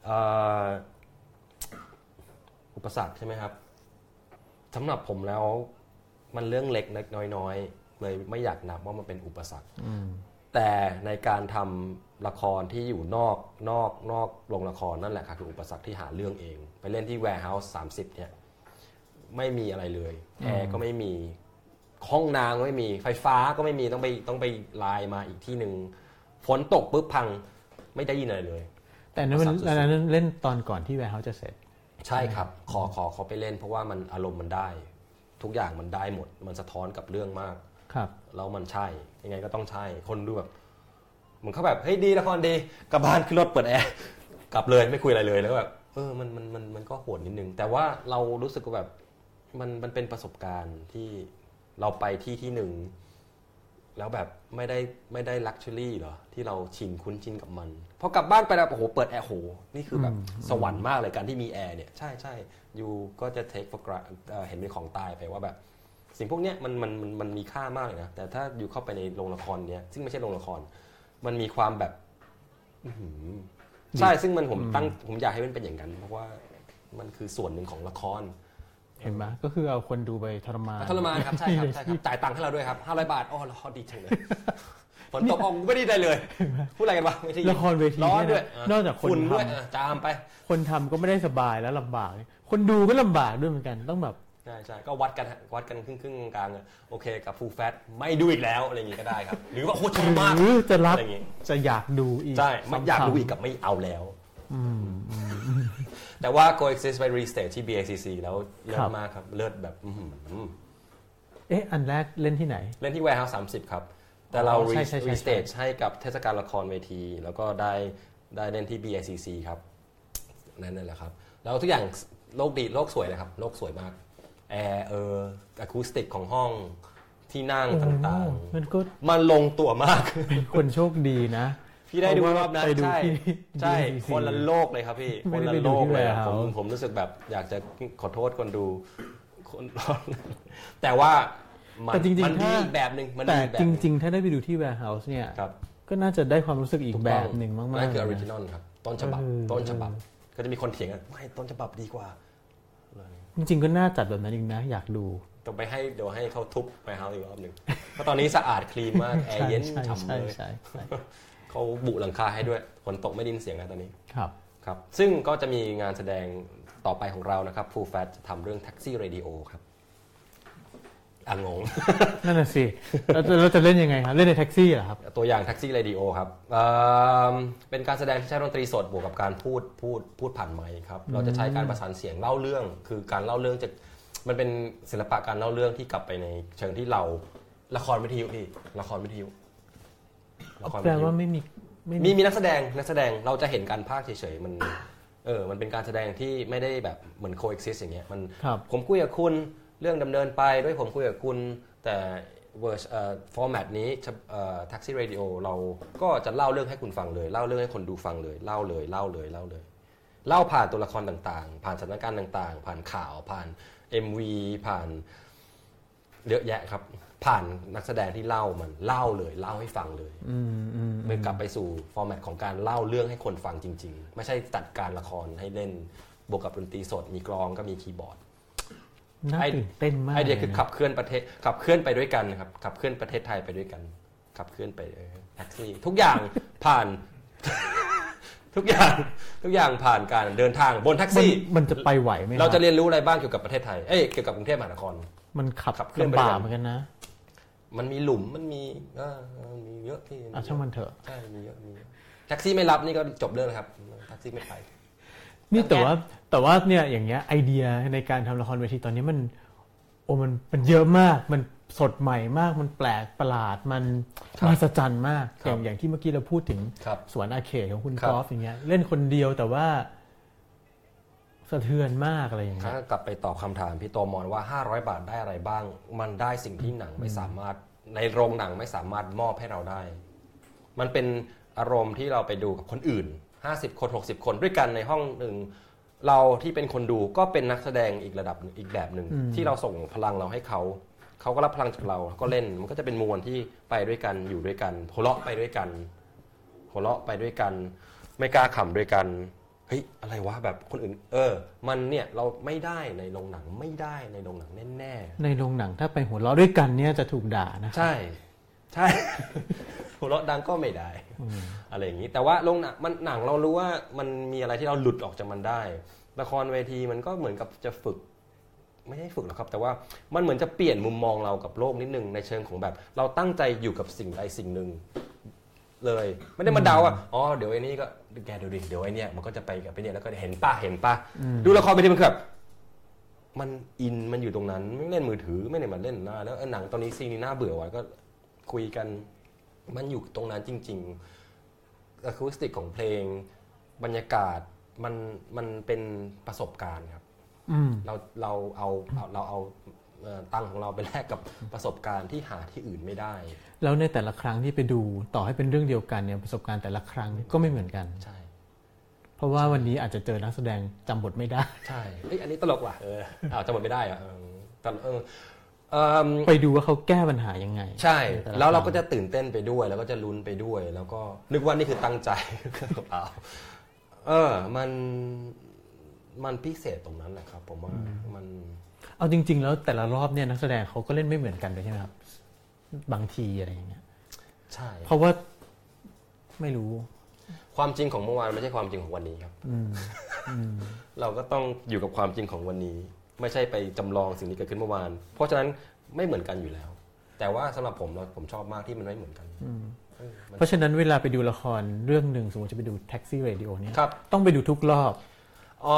อุปสรรคใช่ไหมครับสำหรับผมแล้วมันเรื่องเล็กน้อยๆเลยไม่อยากนับว่ามันเป็นอุปสรรคแต่ในการทำละครที่อยู่นอกนอกนอกโรงละครนั่นแหละค่ะคืออุปสรรคที่หาเรื่องเองไปเล่นที่ Warehouse สามสิบเนี่ยไม่มีอะไรเลยแอร์ก็ไม่มีห้องน้ำก็ไม่มีไฟฟ้าก็ไม่มีต้องไปต้องไปไลน์มาอีกที่หนึ่งฝนตกปุ๊บพังไม่ได้ยินอะไรเลยแต่นั้นเล่นตอนก่อนที่ Warehouse จะเสร็จใช่ครับขอขอเขาไปเล่นเพราะว่ามันอารมณ์มันได้ทุกอย่างมันได้หมดมันสะท้อนกับเรื่องมากครับแล้วมันใช่ยังไงก็ต้องใช่คนดูแบบมันเขาแบบเฮ้ยดีละครดีกลับบ้านขึ้นรถเปิดแอร์กลับเลยไม่คุยอะไรเลยแล้วแบบเออมันมันมันมันก็โหดนิดนึงแต่ว่าเรารู้สึกว่าแบบมันมันเป็นประสบการณ์ที่เราไปที่ที่หนึ่งแล้วแบบไม่ได้ไม่ได้ลักชัวรี่เหรอที่เราชินคุ้นชินกับมันพอกลับบ้านไปแล้วโอ้โหเปิดแอร์โหนี่คือแบบสวรรค์มากเลยการที่มีแอร์เนี่ยใช่ใช่ยูก็จะ take for granted เห็นเป็นของตายไปว่าแบบสิ่งพวกนี้มันมันมันมันมีค่ามากเลยนะแต่ถ้าอยู่เข้าไปในโรงละครเนี้ยซึ่งไม่ใช่โรงละครมันมีความแบบใช่ซึ่งมันผมตั้งผมอยากให้มันเป็นอย่างนั้นเพราะว่ามันคือส่วนหนึ่งของละครเห็นไหมก็คือเอาคนดูไปทรมานทรมานครับใช่ครับใช่ครับจ่ายตังค์ให้เราด้วยครับห้าร้อยบาทอ๋อละครดีจังเลยฝนตกออกไม่ได้ได้เลยพูดอะไรกันวะไม่ใช่ละครเวทีร้อนด้วยนอกจากคนทำจามไปคนทำก็ไม่ได้สบายแล้วลำบากคนดูก็ลำบากด้วยเหมือนกันต้องแบบใช่ใช่ก็วัดกันวัดกันครึ่งครึ่งกลางโอเคกับ Full Fat ไม่ดูอีกแล้วอะไรอย่างงี้ก็ได้ครับหรือว่าโคตรชอบมากหรือจะรับจะอยากดูอีกใช่ไม่อยากดูอีกกับไม่เอาแล้วแต่ว่า Coexist ไป restage ที่ บี เอ ซี ซี แล้วเลิศมากครับเลิศแบบเอ๊ะอันแรกเล่นที่ไหนเล่นที่ Warehouse สามสิบครับแต่เรา restage ให้กับเทศกาลละครเวทีแล้วก็ได้ได้เล่นที่ บี เอ ซี ซี ครับนั่นแหละครับแล้วทุกอย่างโลกดีโลกสวยเลยครับโลกสวยมากแอร์เอออะคูสติกของห้องที่นั่งต่างๆมันก็มันลงตัวมากเป็นคนโชคดีนะพี่ได้ดูรอบนั้นใช่ใช่คนละโลกเลยครับพี่คนละโลกเลยผมผมรู้สึกแบบอยากจะขอโทษคนดูคนแต่ว่ามันดีอีกแบบนึงแต่จริงๆถ้าได้ไปดูที่ Warehouse เนี่ยก็น่าจะได้ความรู้สึกอีกแบบนึงมากๆนั่นคือออริจินอลครับต้นฉบับต้นฉบับก็จะมีคนเถียงกันไม่ต้นฉบับดีกว่าจริงๆก็น่าจัดแบบนั้นเองนะอยากดูต้องไปให้เดี๋ยวให้เขาทุบไปเฮาอีกรอบหนึ่งเพราะตอนนี้สะอาดคลีนมากแอร์เย็นฉ่ำเลยเขาบุหลังคาให้ด้วยฝนตกไม่ดินเสียงนะตอนนี้ครับครับซึ่งก็จะมีงานแสดงต่อไปของเรานะครับ Full Fat จะทำเรื่อง Taxi Radio ครับอ่ะงงนั่นน่ะสิเราจะเราจะเล่นยังไงครับเล่นในแท็กซี่เหรอครับตัวอย่าง Taxi Radio ครับเอ่อเป็นการแสดงที่ใช้ดนตรีสดบวกกับการพูดพูดพูดผ่านไมค์ครับเราจะใช้การประสานเสียงเล่าเรื่องคือการเล่าเรื่องจะมันเป็นศิลปะการเล่าเรื่องที่กลับไปในเชิงที่เราละครวิทยุพี่ละครวิทยุละครวิทยุแปลว่าไม่มีมีมีนักแสดงนักแสดงเราจะเห็นการพากย์เฉยๆมันเออมันเป็นการแสดงที่ไม่ได้แบบเหมือน coexist อย่างเงี้ยมันผมคุยกับคุณเรื่องดำเนินไปด้วยผมคุยกับคุณแต่เวอร์เอ่อฟอร์แมตนี้เอ่อ Taxi Radio เราก็จะเล่าเรื่องให้คุณฟังเลยเล่าเรื่องให้คนดูฟังเลยเล่าเลยเล่าเลยเล่าเลยเล่าผ่านตัวละครต่างๆผ่านสถานการณ์ต่างๆผ่านข่าวผ่าน เอ็ม วี ผ่านเยอะแยะครับผ่านนักแสดงที่เล่ามันเล่าเลยเล่าให้ฟังเลยเมื่อกลับไปสู่ฟอร์แมตของการเล่าเรื่องให้คนฟังจริงๆไม่ใช่จัดการละครให้เล่นบวกกับดนตรีสดมีกลองก็มีคีย์บอร์ดน่าตื่นเต้นมากไอเดียคือขับเคลื่อนประเทศขับเคลื่อนไปด้วยกันครับขับเคลื่อนประเทศไทยไปด้วยกันขับเคลื่อนไปแท็กซี่ทุกอย่างผ่านทุกอย่างทุกอย่างผ่านการเดินทางบนแท็กซี่มันจะไปไหวไหมเราจะเรียนรู้อะไรบ้างเกี่ยวกับประเทศไทยเอ้ยเกี่ยวกับกรุงเทพมหานครมันขับเคลื่อนลำบากเหมือนกันนะมันมีหลุมมันมีเออมีเยอะที่อ่ะช่างมันเถอะใช่มีเยอะมีแท็กซี่ไม่รับนี่ก็จบเรื่องครับแท็กซี่ไม่ไปนี่แต่ว่าแต่ว่าเนี่ยอย่างเงี้ยไอเดียในการทำละครเวทีตอนนี้มันโอ้มันมันเยอะมากมันสดใหม่มากมันแปลกประหลาดมันมหัศจรรย์มากอย่างอย่างที่เมื่อกี้เราพูดถึงสวนอาเขตของคุณกอล์ฟอย่างเงี้ยเล่นคนเดียวแต่ว่าสะเทือนมากอะไรอย่างเงี้ยถ้ากลับไปตอบคำถามพี่โตมอนว่าห้าร้อยบาทได้อะไรบ้างมันได้สิ่งที่หนังไม่สามารถในโรงหนังไม่สามารถมอบให้เราได้มันเป็นอารมณ์ที่เราไปดูกับคนอื่นห้าสิบคนหกสิบคนด้วยกันในห้องหนึ่งเราที่เป็นคนดูก็เป็นนักแสดงอีกระดับอีกแบบหนึ่งที่เราส่งพลังเราให้เขาเขาก็รับพลังจากเราก็เล่นมันก็จะเป็นมวลที่ไปด้วยกันอยู่ด้วยกันหัวเราะไปด้วยกันหัวเราะไปด้วยกันไม่กล้าขำด้วยกันเฮ้ยอะไรวะแบบคนอื่นเออมันเนี่ยเราไม่ได้ในโรงหนังไม่ได้ในโรงหนังแน่ๆในโรงหนังถ้าไปหัวเราะด้วยกันเนี่ยจะถูกด่านะใช่ใช่หัวเราะดังก็ไม่ได้อะไรอย่างนี้แต่ว่าโรงหนังมันหนังเรารู้ว่ามันมีอะไรที่เราหลุดออกจากมันได้ละครเวทีมันก็เหมือนกับจะฝึกไม่ให้ฝึกหรอกครับแต่ว่ามันเหมือนจะเปลี่ยนมุมมองเรากับโลกนิดนึงในเชิงของแบบเราตั้งใจอยู่กับสิ่งใดสิ่งหนึ่งเลยไม่ได้มาเดาอ่ะอ๋อเดี๋ยวไอ้นี่ก็แกดูดิเดี๋ยวไอ้นี่มันก็จะไปกับไอ้นี่แล้วก็เห็นป่ะเห็นป่ะดูละครเวทีมันแบบมันอินมันอยู่ตรงนั้นไม่เล่นมือถือไม่ได้มาเล่นหน้าแล้วหนังตอนนี้ซีนี่น่าเบื่อว่ะก็คุยกันมันอยู่ตรงนั้นจริงๆอะคูสติกของเพลงบรรยากาศมันมันเป็นประสบการณ์ครับเราเราเอาเราเอาตังค์ของเราไปแลกกับประสบการณ์ที่หาที่อื่นไม่ได้แล้วในแต่ละครั้งที่ไปดูต่อให้เป็นเรื่องเดียวกันเนี่ยประสบการณ์แต่ละครั้งก็ไม่เหมือนกันใช่เพราะว่าวันนี้อาจจะเจอนักแสดงจำบทไม่ได้ใช่เอ้ยอันนี้ตลกว่ะเอออ้าวจำบทไม่ได้อ่ะแต่เออไปดูว่าเขาแก้ปัญหายังไงใช่แล้วเราก็จะตื่นเต้นไปด้วยแล้วก็จะลุ้นไปด้วยแล้วก็นึกว่านี่คือตั้งใจเปล่าเออมันมันพิเศษตรงนั้นแหละครับผมว่ามันเอาจริงๆแล้วแต่ละรอบเนี่ยนักแสดงเขาก็เล่นไม่เหมือนกันเลยใช่ไหมครับบางทีอะไรอย่างเงี้ยใช่เพราะว่าไม่รู้ความจริงของเมื่อวานไม่ใช่ความจริงของวันนี้ครับเราก็ต้องอยู่กับความจริงของวันนี้ไม่ใช่ไปจำลองสิ่งที่เกิดขึ้นเมื่อวานเพราะฉะนั้นไม่เหมือนกันอยู่แล้วแต่ว่าสำหรับผมเราผมชอบมากที่มันไม่เหมือนกันเพราะฉะนั้นเวลาไปดูละครเรื่องหนึ่งสมมติจะไปดู Taxi Radio เนี่ยต้องไปดูทุกรอบอ๋อ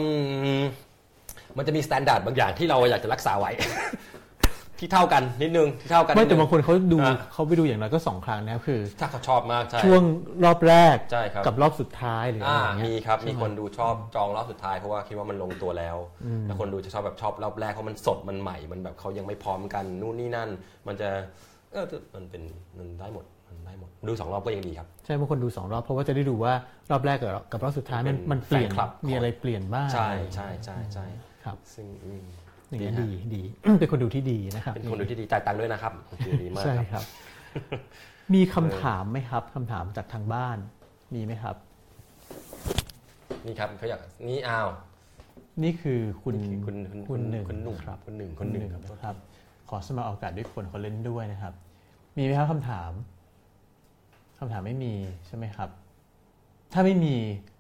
มันจะมีมาตรฐานบางอย่างที่เราอยากจะรักษาไว้ที่เท่ากันนิดนึงที่เท่ากันไม่แต่บางคนเขาดูเขาไปดูอย่างไรก็สองครั้งนะคือถ้าเขาชอบมากใช่ช่วงรอบแรกใช่ครับกับรอบสุดท้ายหรืออะไรอย่างเงี้ยมีครับมีคนดูชอบจองรอบสุดท้ายเพราะว่าคิดว่ามันลงตัวแล้วแล้วคนดูจะชอบแบบชอบรอบแรกเพราะมันสดมันใหม่มันแบบเขายังไม่พร้อมกันนู่นนี่นั่นมันจะเออมันเป็นมันได้หมดมันได้หมดดูสองรอบก็ยังดีครับใช่บางคนดูสองรอบเพราะว่าจะได้ดูว่ารอบแรกกับรอบสุดท้ายมันมันเปลี่ยนมีอะไรเปลี่ยนบ้างใช่ใช่ใช่ใช่ครับซึ่งดีดีดีเป็นคนดูที่ดีนะครับเป็นคนดูที่ดีจ่ายตังค์ด้วยนะครับดีมากใช่ครับมีคำถามไหมครับคำถามจากทางบ้านมีไหมครับนี่ครับเขาอยากนี่อ้าวนี่คือคุณคุณคุณหนึ่งคุณหนุ่มครับคุณหนึ่งคนหนึ่งครับขอสมัครโอกาสด้วยคนเขาเล่นด้วยนะครับมีไหมครับคำถามคำถามไม่มีใช่ไหมครับถ้าไม่มี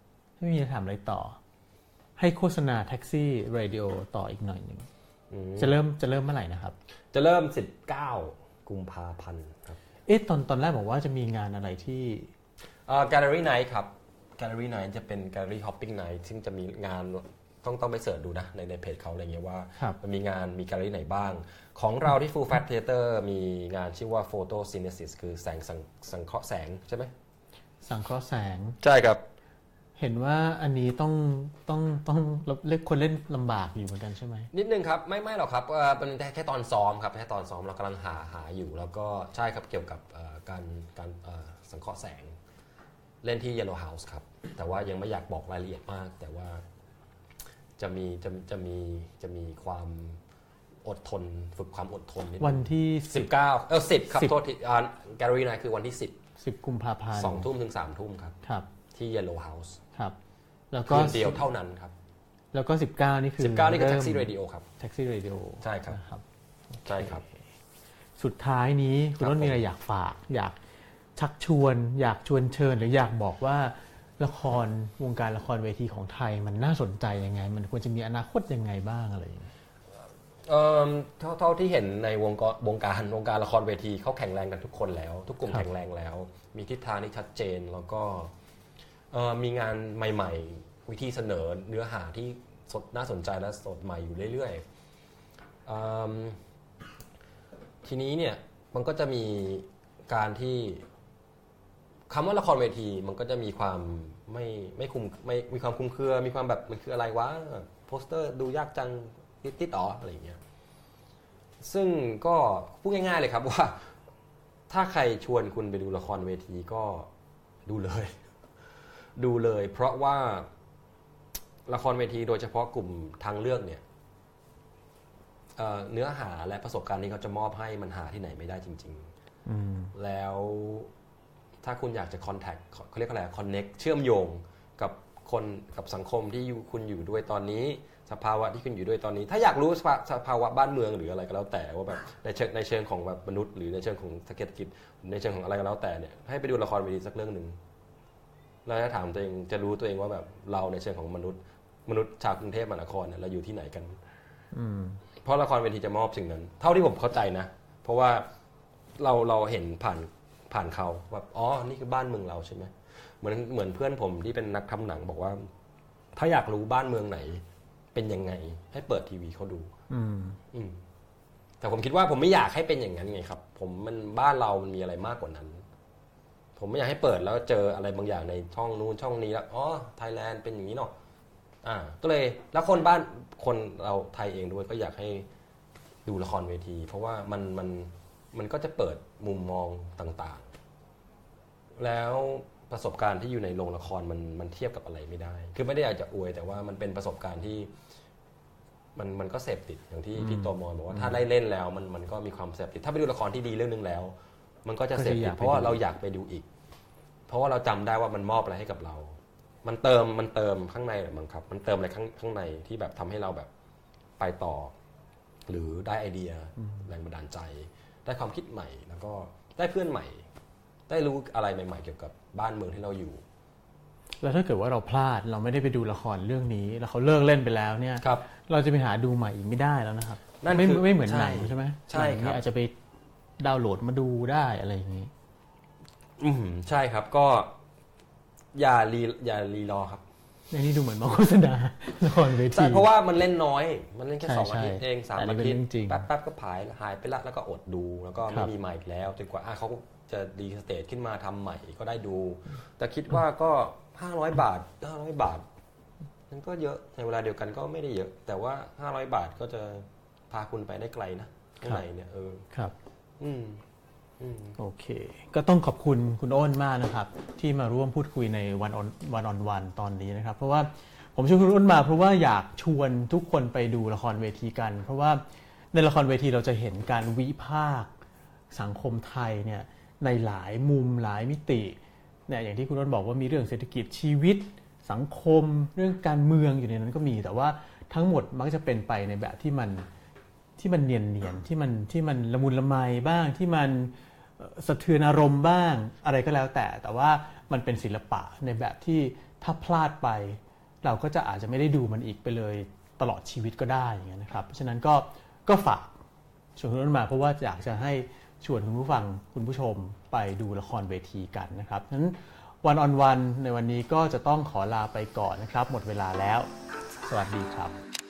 ไม่มีจะถามอะไรต่อให้โฆษณาแท็กซี่เรดิโอต่ออีกหน่อยหนึ่งจะเริ่มจะเริ่มเมื่อไหร่นะครับจะเริ่มสิบเก้ากุมภาพันธ์ครับเอ๊ะตอนตอนแรกบอกว่าจะมีงานอะไรที่เอ่อ Gallery Night ครับ Gallery Night จะเป็น Gallery Hopping Night ซึ่งจะมีงานต้องต้องไปเสิร์ชดูนะในในเพจเขาอะไรเงี้ยว่ามันมีงานมีแกลเลอรี่ไหนบ้างของเราที่ Full Fat Theater มีงานชื่อว่า Photosynthesis คือแสงสังสังเคราะห์แสงใช่ไหมสังเคราะห์แสงใช่ครับเห็นว่าอันนี้ต้องต้องต้องเล่นคนเล่นลำบากอยู่เหมือนกันใช่ไหมนิดนึงครับไม่ไม่หรอกครับเป็นแค่ตอนซ้อมครับแค่ตอนซ้อมเรากำลังหาหาอยู่แล้วก็ใช่ครับเกี่ยวกับการการสังเคราะห์แสงเล่นที่ Yellow House ครับแต่ว่ายังไม่อยากบอกรายละเอียดมากแต่ว่าจะมีจะจะมีจะมีความอดทนฝึกความอดทนนิดวันที่สิบเก้าเออสิบครับโทษทีอ่าแกลเลอรี่นะคือวันที่สิบสิบกุมภาพันธ์สองทุ่มถึงสามทุ่มครับครับที่ Yellow House ครับแล้วก็เดียวเท่านั้นครับแล้วก็สิบเก้านี่คือสิบเก้านี่คือ Taxi Radio ครับ Taxi Radio ใช่ครับใช่ครับสุดท้ายนี้คุณต้นมีอะไรอยากฝากอยากชักชวนอยากชวนเชิญหรืออยากบอกว่าละครวงการละครเวทีของไทยมันน่าสนใจยังไงมันควรจะมีอนาคตยังไงบ้างอะไรอย่างเงี้ยเอ่อเท่าเท่าที่เห็นในวงการวงการวงการละครเวทีเขาแข็งแรงกันทุกคนแล้วทุกกลุ่มแข็งแรงแล้วมีทิศทางที่ชัดเจนแล้วก็เอ่อมีงานใหม่ๆวิธีเสนอเนื้อหาที่สดน่าสนใจและสดใหม่อยู่เรื่อยๆอืมทีนี้เนี่ยมันก็จะมีการที่คำว่าละครเวทีมันก็จะมีความไม่ไม่คุมไม่มีความคุมเครือมีความแบบมันคืออะไรวะโปสเตอร์ดูยากจังติดๆอ๋ออะไรอย่างเงี้ยซึ่งก็พูดง่ายๆเลยครับว่าถ้าใครชวนคุณไปดูละครเวทีก็ดูเลยดูเลยเพราะว่าละครเวทีโดยเฉพาะกลุ่มทางเลือกเนี่ย เอ่อ เนื้อหาและประสบการณ์ที่เขาจะมอบให้มันหาที่ไหนไม่ได้จริงๆแล้วถ้าคุณอยากจะ contact เขาเรียกอะไร connect เชื่อมโยงกับคนกับสังคมที่คุณอยู่ด้วยตอนนี้สภาวะที่คุณอยู่ด้วยตอนนี้ถ้าอยากรู้สภาวะบ้านเมืองหรืออะไรก็แล้วแต่ว่าแบบในเชิงในเชิงของแบบมนุษย์หรือในเชิงของเศรษฐกิจในเชิงของอะไรก็แล้วแต่เนี่ยให้ไปดูละครเวทีสักเรื่องนึงแล้วจะถามตัวเองจะรู้ตัวเองว่าแบบเราในเชิงของมนุษย์มนุษย์ชาวกรุงเทพมหานครเนี่ยเราอยู่ที่ไหนกันเพราะละครเวทีจะมอบสิ่งนั้นเท่าที่ผมเข้าใจนะเพราะว่าเราเราเห็นผ่านผ่านเขาว่าอ๋อนี่คือบ้านเมืองเราใช่ไหมเหมือนเหมือนเพื่อนผมที่เป็นนักทำหนังบอกว่าถ้าอยากรู้บ้านเมืองไหนเป็นยังไงให้เปิดทีวีเขาดูอืมอืมแต่ผมคิดว่าผมไม่อยากให้เป็นอย่างนั้นไงครับผมมันบ้านเรามันมีอะไรมากกว่านั้นผมไม่อยากให้เปิดแล้วเจออะไรบางอย่างในช่องนู้นช่องนี้แล้วอ๋อไทยแลนด์เป็นอย่างนี้เนาะอ่าก็เลยแล้วคนบ้านคนเราไทยเองด้วยก็อยากให้ดูละครเวทีเพราะว่ามันมันมันก็จะเปิดมุมมองต่างๆแล้วประสบการณ์ที่อยู่ในโรงละครมันมันเทียบกับอะไรไม่ได้คือไม่ได้อยากจะอวยแต่ว่ามันเป็นประสบการณ์ที่มันมันก็เสพติดอย่างที่พี่โตมอนบอกว่าถ้าได้เล่นแล้วมันมันก็มีความเสพติดถ้าไปดูละครที่ดีเรื่องนึงแล้วมันก็จะเสพติดเพราะว่าเราอยากไปดูอีกเพราะว่าเราจำได้ว่ามันมอบอะไรให้กับเรามันเติมมันเติมข้างในหรือมั้งครับมันเติมอะไรข้างข้างในที่แบบทำให้เราแบบไปต่อหรือได้ไอเดียแรงบันดาลใจได้ความคิดใหม่แล้วก็ได้เพื่อนใหม่ได้รู้อะไรใหม่ๆเกี่ยวกับบ้านเมืองที่เราอยู่แล้วถ้าเกิดว่าเราพลาดเราไม่ได้ไปดูละครเรื่องนี้แล้วเขาเลิกเล่นไปแล้วเนี่ยเราจะไปหาดูใหม่อีกไม่ได้แล้วนะครับไม่ไม่เหมือนหนังใช่ไหมใช่ครับอาจจะไปดาวน์โหลดมาดูได้อะไรอย่างนี้อืมใช่ครับก็อย่ารีอย่ารีรอครับในนี้ดูเหมือนมาโฆษณาละครเวทีเพราะว่ามันเล่นน้อยมันเล่นแค่สองอาทิตย์เองสามอาทิตย์แป๊บๆก็หายหายไปละแล้วก็อดดูแล้วก็ไม่มีใหม่อีกแล้วจนกว่าอ่ะเขาจะดีสเตทขึ้นมาทำใหม่ก็ได้ดูแต่คิดว่าก็ห้าร้อยบาทห้าร้อยบาทมันก็เยอะในเวลาเดียวกันก็ไม่ได้เยอะแต่ว่าห้าร้อยบาทก็จะพาคุณไปได้ไกลนะข้างในเนี่ยเออครับอืมโอเคก็ต้องขอบคุณคุณอ้นมากนะครับที่มาร่วมพูดคุยในวันออนวันออนวันตอนนี้นะครับเพราะว่าผมชวนคุณอ้นมาเพราะว่าอยากชวนทุกคนไปดูละครเวทีกันเพราะว่าในละครเวทีเราจะเห็นการวิพากษ์สังคมไทยเนี่ยในหลายมุมหลายมิติเนี่ยอย่างที่คุณอ้นบอกว่ามีเรื่องเศรษฐกิจชีวิตสังคมเรื่องการเมืองอยู่ในนั้นก็มีแต่ว่าทั้งหมดมักจะเป็นไปในแบบที่มันที่มันเนียนๆที่มันที่มันละมุนละไมบ้างที่มันสะเทือนอารมณ์บ้างอะไรก็แล้วแต่แต่ว่ามันเป็นศิลปะในแบบที่ถ้าพลาดไปเราก็จะอาจจะไม่ได้ดูมันอีกไปเลยตลอดชีวิตก็ได้อย่างเงี้ยนะครับเพราะฉะนั้นก็ก็ฝากชวนคุณผู้ชมมาเพราะว่าอยากจะให้ชวนคุณผู้ฟังคุณผู้ชมไปดูละครเวทีกันนะครับฉะนั้นวันออนวันในวันนี้ก็จะต้องขอลาไปก่อนนะครับหมดเวลาแล้วสวัสดีครับ